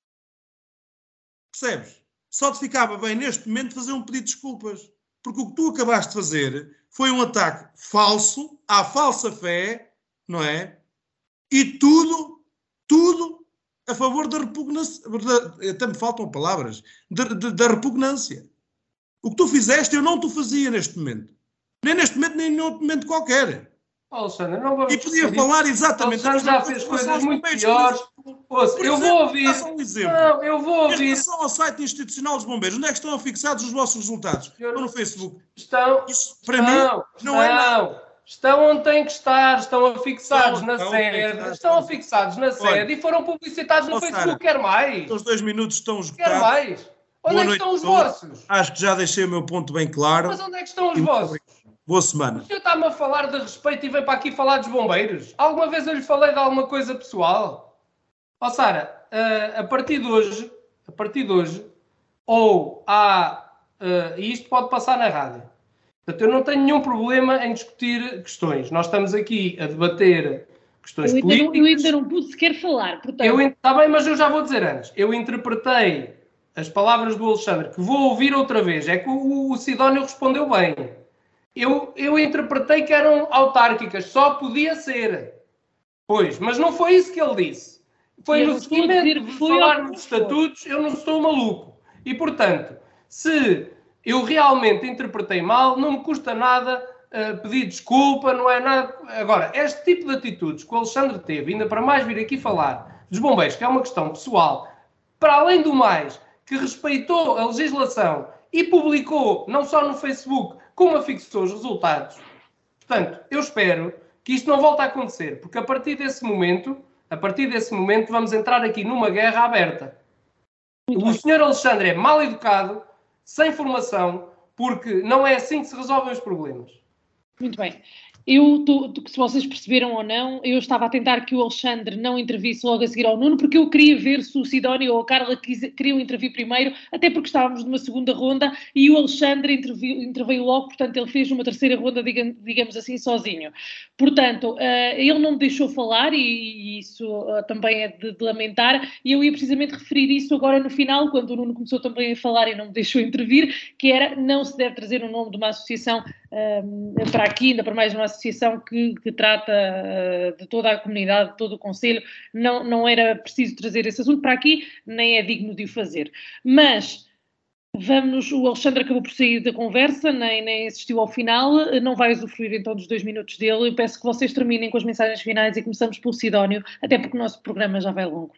Percebes? Só te ficava bem, neste momento, fazer um pedido de desculpas. Porque o que tu acabaste de fazer foi um ataque falso, à falsa fé, não é? E tudo, tudo a favor da repugnância. Até me faltam palavras. Da, da, da repugnância. O que tu fizeste, eu não te fazia neste momento. Nem neste momento, nem em outro momento qualquer. Oh, Alexandre, não vamos e podia falar exatamente. Alexandre já fez coisas muito piores. Ouça, eu vou ouvir. Um exemplo. Não, eu vou ouvir. Em relação ao site institucional dos bombeiros, onde é que estão fixados os vossos resultados? Eu... Estão no Facebook. Estão. Isso, para estão, mim, não estão, é nada. Estão onde têm que estar, estão afixados estão, na estão, sede, estão, estão afixados na sede Olha, e foram publicitados no oh, Facebook. Sara, Quer mais? Os dois minutos estão esgotados. Quer mais? Onde Boa é que noite, estão os todos. vossos? Acho que já deixei o meu ponto bem claro. Mas onde é que estão os E vossos? Boa semana. O senhor está-me a falar de respeito e vem para aqui falar dos bombeiros? Alguma vez eu lhe falei de alguma coisa pessoal? Ó, Sara, uh, a partir de hoje, a partir de hoje, ou há, uh, e isto pode passar na rádio, portanto, eu não tenho nenhum problema em discutir questões. Nós estamos aqui a debater questões eu ainda políticas. Não, eu ainda não pude sequer falar, portanto... Está bem, mas eu já vou dizer antes. Eu interpretei as palavras do Alexandre, que vou ouvir outra vez. É que o, o Sidónio respondeu bem. Eu, eu interpretei que eram autárquicas, só podia ser. Pois, mas não foi isso que ele disse. Foi no seguimento de falar nos estatutos, eu não sou maluco. E, portanto, se eu realmente interpretei mal, não me custa nada uh, pedir desculpa, não é nada... Agora, este tipo de atitudes que o Alexandre teve, ainda para mais vir aqui falar dos bombeiros, que é uma questão pessoal, para além do mais, que respeitou a legislação e publicou, não só no Facebook, como afixou os resultados. Portanto, eu espero que isto não volte a acontecer, porque a partir desse momento, a partir desse momento, vamos entrar aqui numa guerra aberta. Muito o bem. senhor Alexandre é mal educado, sem formação, porque não é assim que se resolvem os problemas. Muito bem. Eu, tu, tu, se vocês perceberam ou não, eu estava a tentar que o Alexandre não intervisse logo a seguir ao Nuno, porque eu queria ver se o Sidónio ou a Carla quis, queriam intervir primeiro, até porque estávamos numa segunda ronda e o Alexandre interviu, interveio logo, portanto ele fez uma terceira ronda, digamos, digamos assim, sozinho. Portanto, uh, ele não me deixou falar e, e isso uh, também é de, de lamentar, e eu ia precisamente referir isso agora no final, quando o Nuno começou também a falar e não me deixou intervir, que era, não se deve trazer o nome de uma associação um, para aqui, ainda para mais uma associação que, que trata uh, de toda a comunidade, de todo o Conselho, não, não era preciso trazer esse assunto para aqui, nem é digno de o fazer. Mas vamos, o Alexandre acabou por sair da conversa, nem, nem assistiu ao final, não vai usufruir então dos dois minutos dele. Eu peço que vocês terminem com as mensagens finais e começamos pelo Sidónio, até porque o nosso programa já vai longo.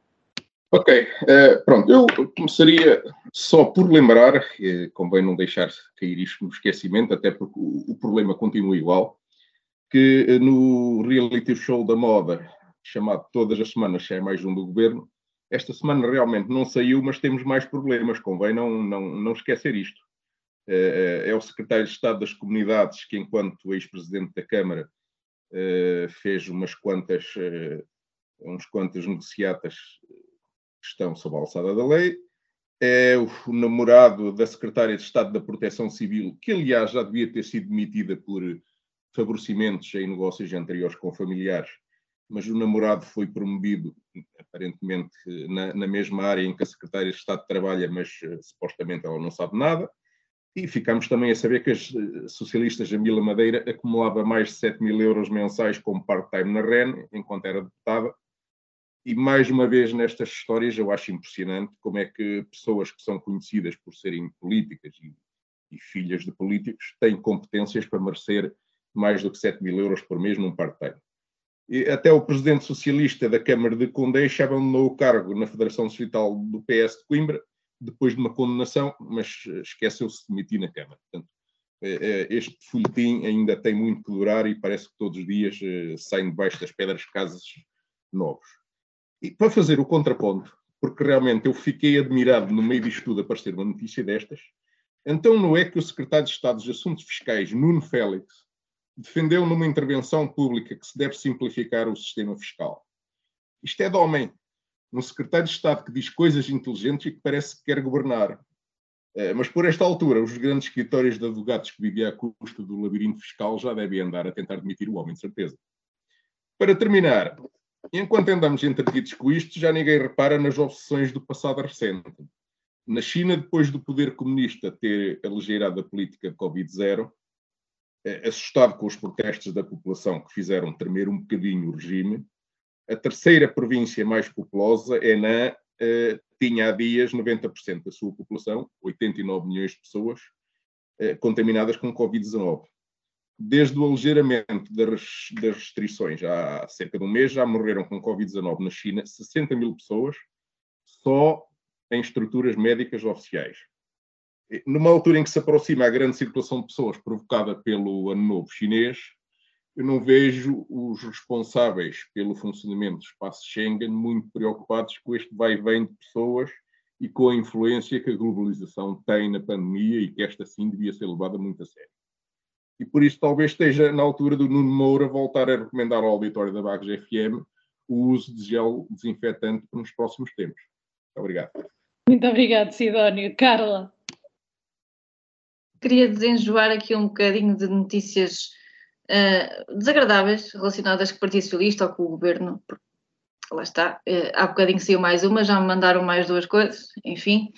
Ok, uh, pronto, eu começaria só por lembrar, eh, convém não deixar cair isto no esquecimento, até porque o, o problema continua igual, que uh, no reality show da moda, chamado Todas as Semanas Sai Mais Um do Governo, esta semana realmente não saiu, mas temos mais problemas, convém não, não, não esquecer isto. Uh, é o secretário de Estado das Comunidades que, enquanto ex-presidente da Câmara, uh, fez umas quantas, uh, uns quantas negociatas que estão sob a alçada da lei. É o namorado da secretária de Estado da Proteção Civil, que aliás já devia ter sido demitida por favorecimentos em negócios anteriores com familiares, mas o namorado foi promovido, aparentemente, na, na mesma área em que a secretária de Estado trabalha, mas uh, supostamente ela não sabe nada. E ficamos também a saber que as uh, socialistas Jamila Madeira acumulava mais de sete mil euros mensais como part-time na R E N, enquanto era deputada. E, mais uma vez, nestas histórias, eu acho impressionante como é que pessoas que são conhecidas por serem políticas e, e filhas de políticos têm competências para merecer mais do que sete mil euros por mês num part-time. E até o presidente socialista da Câmara de Condeixa abandonou o cargo na Federação Distrital do P S de Coimbra, depois de uma condenação, mas esqueceu-se de demitir na Câmara. Portanto, este folhetim ainda tem muito que durar e parece que todos os dias saem debaixo das pedras casos novos. E para fazer o contraponto, porque realmente eu fiquei admirado no meio disto tudo aparecer uma notícia destas, então não é que o secretário de Estado dos Assuntos Fiscais, Nuno Félix, defendeu numa intervenção pública que se deve simplificar o sistema fiscal. Isto é de homem. Um secretário de Estado que diz coisas inteligentes e que parece que quer governar. Mas por esta altura, os grandes escritórios de advogados que vivem à custa do labirinto fiscal já devem andar a tentar demitir o homem, de certeza. Para terminar, enquanto andamos entretidos com isto, já ninguém repara nas obsessões do passado recente. Na China, depois do poder comunista ter aligeirado a política de Covid zero, assustado com os protestos da população que fizeram tremer um bocadinho o regime, a terceira província mais populosa, Henan, eh, tinha há dias noventa por cento da sua população, oitenta e nove milhões de pessoas, eh, contaminadas com Covid dezanove. Desde o aligeiramento das, das restrições há cerca de um mês, já morreram com Covid dezanove na China sessenta mil pessoas, só em estruturas médicas oficiais. Numa altura em que se aproxima a grande circulação de pessoas provocada pelo Ano Novo chinês, eu não vejo os responsáveis pelo funcionamento do espaço Schengen muito preocupados com este vai e vem de pessoas e com a influência que a globalização tem na pandemia e que esta sim devia ser levada muito a sério. E por isso talvez esteja na altura do Nuno Moura voltar a recomendar ao auditório da Vagos F M o uso de gel desinfetante nos próximos tempos. Muito obrigado. Muito obrigado, Sidónio. Carla? Queria desenjoar aqui um bocadinho de notícias uh, desagradáveis relacionadas com o Partido Socialista ou com o Governo. Lá está, uh, há bocadinho saiu mais uma, já me mandaram mais duas coisas, enfim.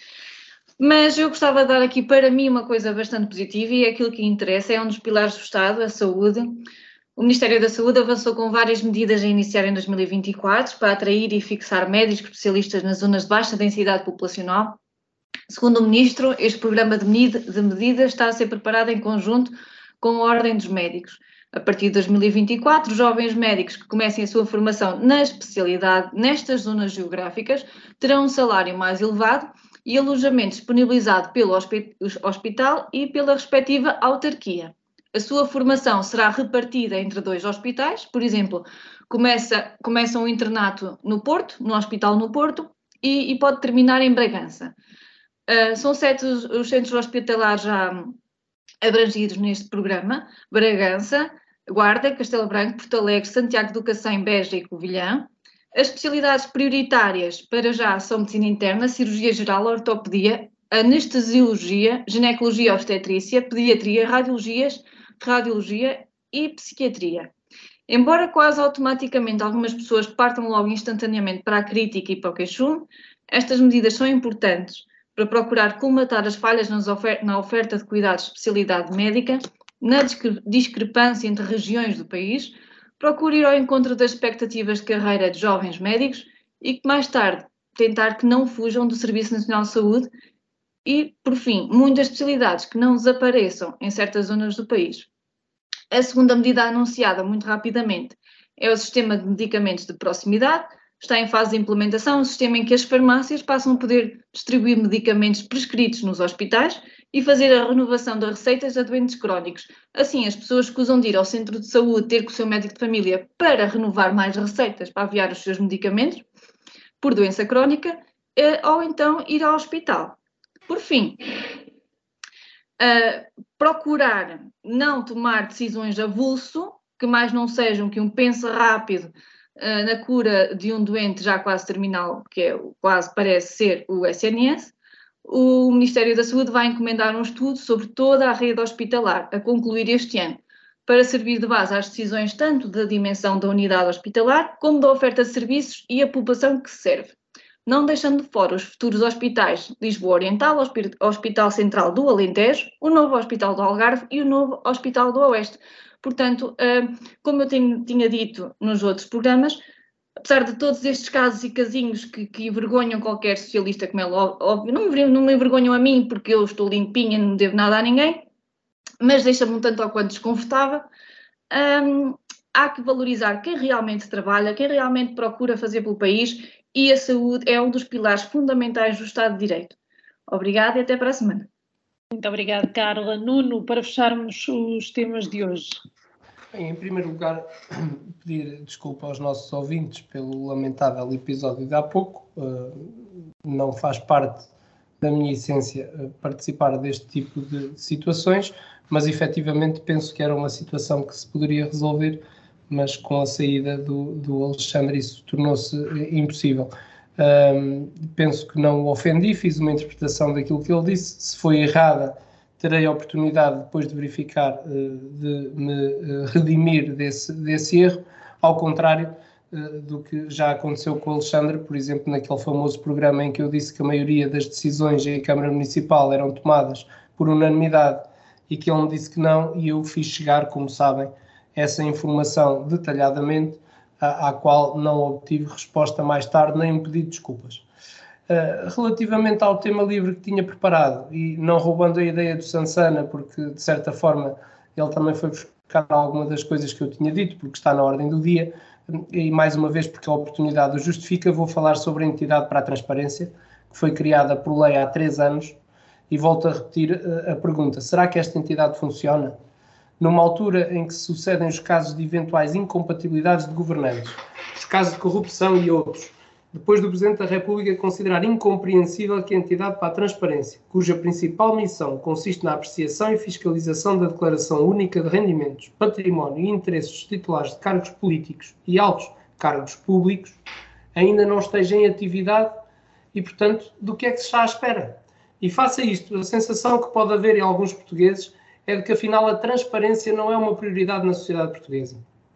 Mas eu gostava de dar aqui para mim uma coisa bastante positiva e é aquilo que interessa, é um dos pilares do Estado, a saúde. O Ministério da Saúde avançou com várias medidas a iniciar em dois mil e vinte e quatro para atrair e fixar médicos especialistas nas zonas de baixa densidade populacional. Segundo o Ministro, este programa de, med de medidas está a ser preparado em conjunto com a Ordem dos Médicos. A partir de dois mil e vinte e quatro, jovens médicos que comecem a sua formação na especialidade nestas zonas geográficas terão um salário mais elevado e alojamento disponibilizado pelo hospital e pela respectiva autarquia. A sua formação será repartida entre dois hospitais, por exemplo, começa, começa um internato no Porto, no Hospital no Porto, e, e pode terminar em Bragança. Uh, são sete os, os centros hospitalares já abrangidos neste programa: Bragança, Guarda, Castelo Branco, Porto Alegre, Santiago do Cacém, Beja e Covilhã. As especialidades prioritárias para já são medicina interna, cirurgia geral, ortopedia, anestesiologia, ginecologia, obstetrícia, pediatria, radiologias, radiologia e psiquiatria. Embora quase automaticamente algumas pessoas partam logo instantaneamente para a crítica e para o queixume, estas medidas são importantes para procurar colmatar as falhas nas ofer na oferta de cuidados de especialidade médica, na discre discrepância entre regiões do país, procure ir ao encontro das expectativas de carreira de jovens médicos e que mais tarde tentar que não fujam do Serviço Nacional de Saúde e, por fim, muitas especialidades que não desapareçam em certas zonas do país. A segunda medida anunciada muito rapidamente é o sistema de medicamentos de proximidade. Está em fase de implementação, um sistema em que as farmácias passam a poder distribuir medicamentos prescritos nos hospitais e fazer a renovação das receitas a doentes crónicos. Assim, as pessoas que usam de ir ao centro de saúde ter com o seu médico de família para renovar mais receitas para aviar os seus medicamentos por doença crónica, ou então ir ao hospital. Por fim, uh, procurar não tomar decisões avulso, que mais não sejam que um pense rápido na cura de um doente já quase terminal, que é, quase parece ser o S N S, o Ministério da Saúde vai encomendar um estudo sobre toda a rede hospitalar, a concluir este ano, para servir de base às decisões tanto da dimensão da unidade hospitalar, como da oferta de serviços e a população que se serve, não deixando de fora os futuros hospitais Lisboa Oriental, Hospital Central do Alentejo, o novo Hospital do Algarve e o novo Hospital do Oeste. Portanto, como eu tenho, tinha dito nos outros programas, apesar de todos estes casos e casinhos que, que envergonham qualquer socialista, como é óbvio, não me, não me envergonham a mim porque eu estou limpinha, não devo nada a ninguém, mas deixa-me um tanto ou quanto desconfortável. Hum, há que valorizar quem realmente trabalha, quem realmente procura fazer pelo país, e a saúde é um dos pilares fundamentais do Estado de Direito. Obrigada e até para a semana. Muito obrigada, Carla. Nuno, para fecharmos os temas de hoje. Bem, em primeiro lugar, pedir desculpa aos nossos ouvintes pelo lamentável episódio de há pouco. Uh, não faz parte da minha essência uh, participar deste tipo de situações, mas efetivamente penso que era uma situação que se poderia resolver, mas com a saída do, do Alexandre isso tornou-se impossível. Um, penso que não o ofendi, fiz uma interpretação daquilo que ele disse. Se foi errada, terei a oportunidade, depois de verificar, uh, de me uh, redimir desse, desse erro, ao contrário uh, do que já aconteceu com o Alexandre, por exemplo, naquele famoso programa em que eu disse que a maioria das decisões em Câmara Municipal eram tomadas por unanimidade e que ele me disse que não, e eu fiz chegar, como sabem, essa informação detalhadamente, à, à qual não obtive resposta mais tarde, nem um pedido de desculpas. Uh, relativamente ao tema livre que tinha preparado, e não roubando a ideia do Sansana, porque de certa forma ele também foi buscar alguma das coisas que eu tinha dito, porque está na ordem do dia, e mais uma vez porque a oportunidade o justifica, vou falar sobre a Entidade para a Transparência, que foi criada por lei há três anos, e volto a repetir uh, a pergunta: será que esta entidade funciona? Numa altura em que se sucedem os casos de eventuais incompatibilidades de governantes, os casos de corrupção e outros, depois do Presidente da República considerar incompreensível que a Entidade para a Transparência, cuja principal missão consiste na apreciação e fiscalização da Declaração Única de Rendimentos, Património e Interesses dos titulares de cargos políticos e altos cargos públicos, ainda não esteja em atividade e, portanto, do que é que se está à espera? E face a isto, a sensação que pode haver em alguns portugueses é de que, afinal, a transparência não é uma prioridade na sociedade portuguesa.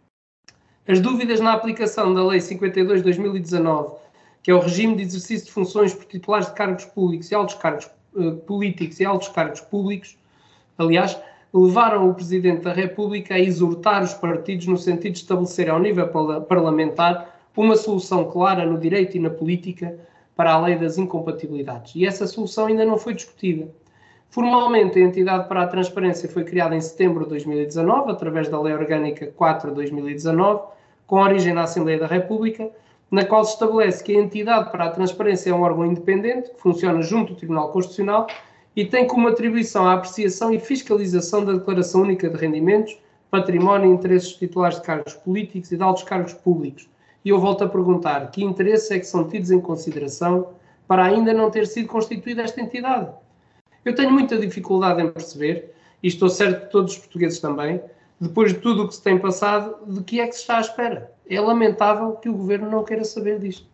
As dúvidas na aplicação da Lei cinquenta e dois de dois mil e dezanove, que é o regime de exercício de funções por titulares de cargos públicos e altos cargos uh, políticos e altos cargos públicos, aliás, levaram o Presidente da República a exortar os partidos no sentido de estabelecer ao nível parlamentar uma solução clara no direito e na política para a lei das incompatibilidades. E essa solução ainda não foi discutida. Formalmente, a Entidade para a Transparência foi criada em setembro de dois mil e dezanove, através da Lei Orgânica quatro de dois mil e dezanove, com origem na Assembleia da República, na qual se estabelece que a Entidade para a Transparência é um órgão independente, que funciona junto do Tribunal Constitucional e tem como atribuição a apreciação e fiscalização da Declaração Única de Rendimentos, Património e Interesses dos titulares de cargos políticos e de altos cargos públicos. E eu volto a perguntar, que interesses é que são tidos em consideração para ainda não ter sido constituída esta entidade? Eu tenho muita dificuldade em perceber, e estou certo que todos os portugueses também, depois de tudo o que se tem passado, de que é que se está à espera. É lamentável que o Governo não queira saber disto.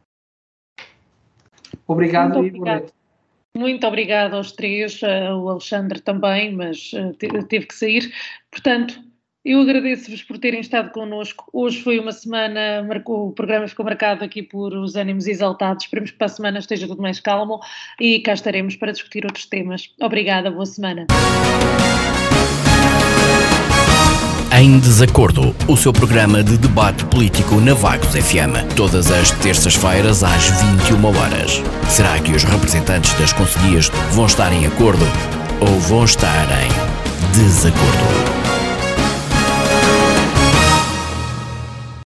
Obrigado Muito e boa noite. Muito obrigada aos três, uh, o Alexandre também, mas uh, te, teve que sair. Portanto, eu agradeço-vos por terem estado connosco. Hoje foi uma semana, marcou, o programa ficou marcado aqui por os ânimos exaltados. Esperemos que para a semana esteja tudo mais calmo e cá estaremos para discutir outros temas. Obrigada, boa semana. Em Desacordo, o seu programa de debate político na Vagos F M. Todas as terças-feiras às vinte e uma horas. Será que os representantes das concelhias vão estar em acordo ou vão estar em desacordo?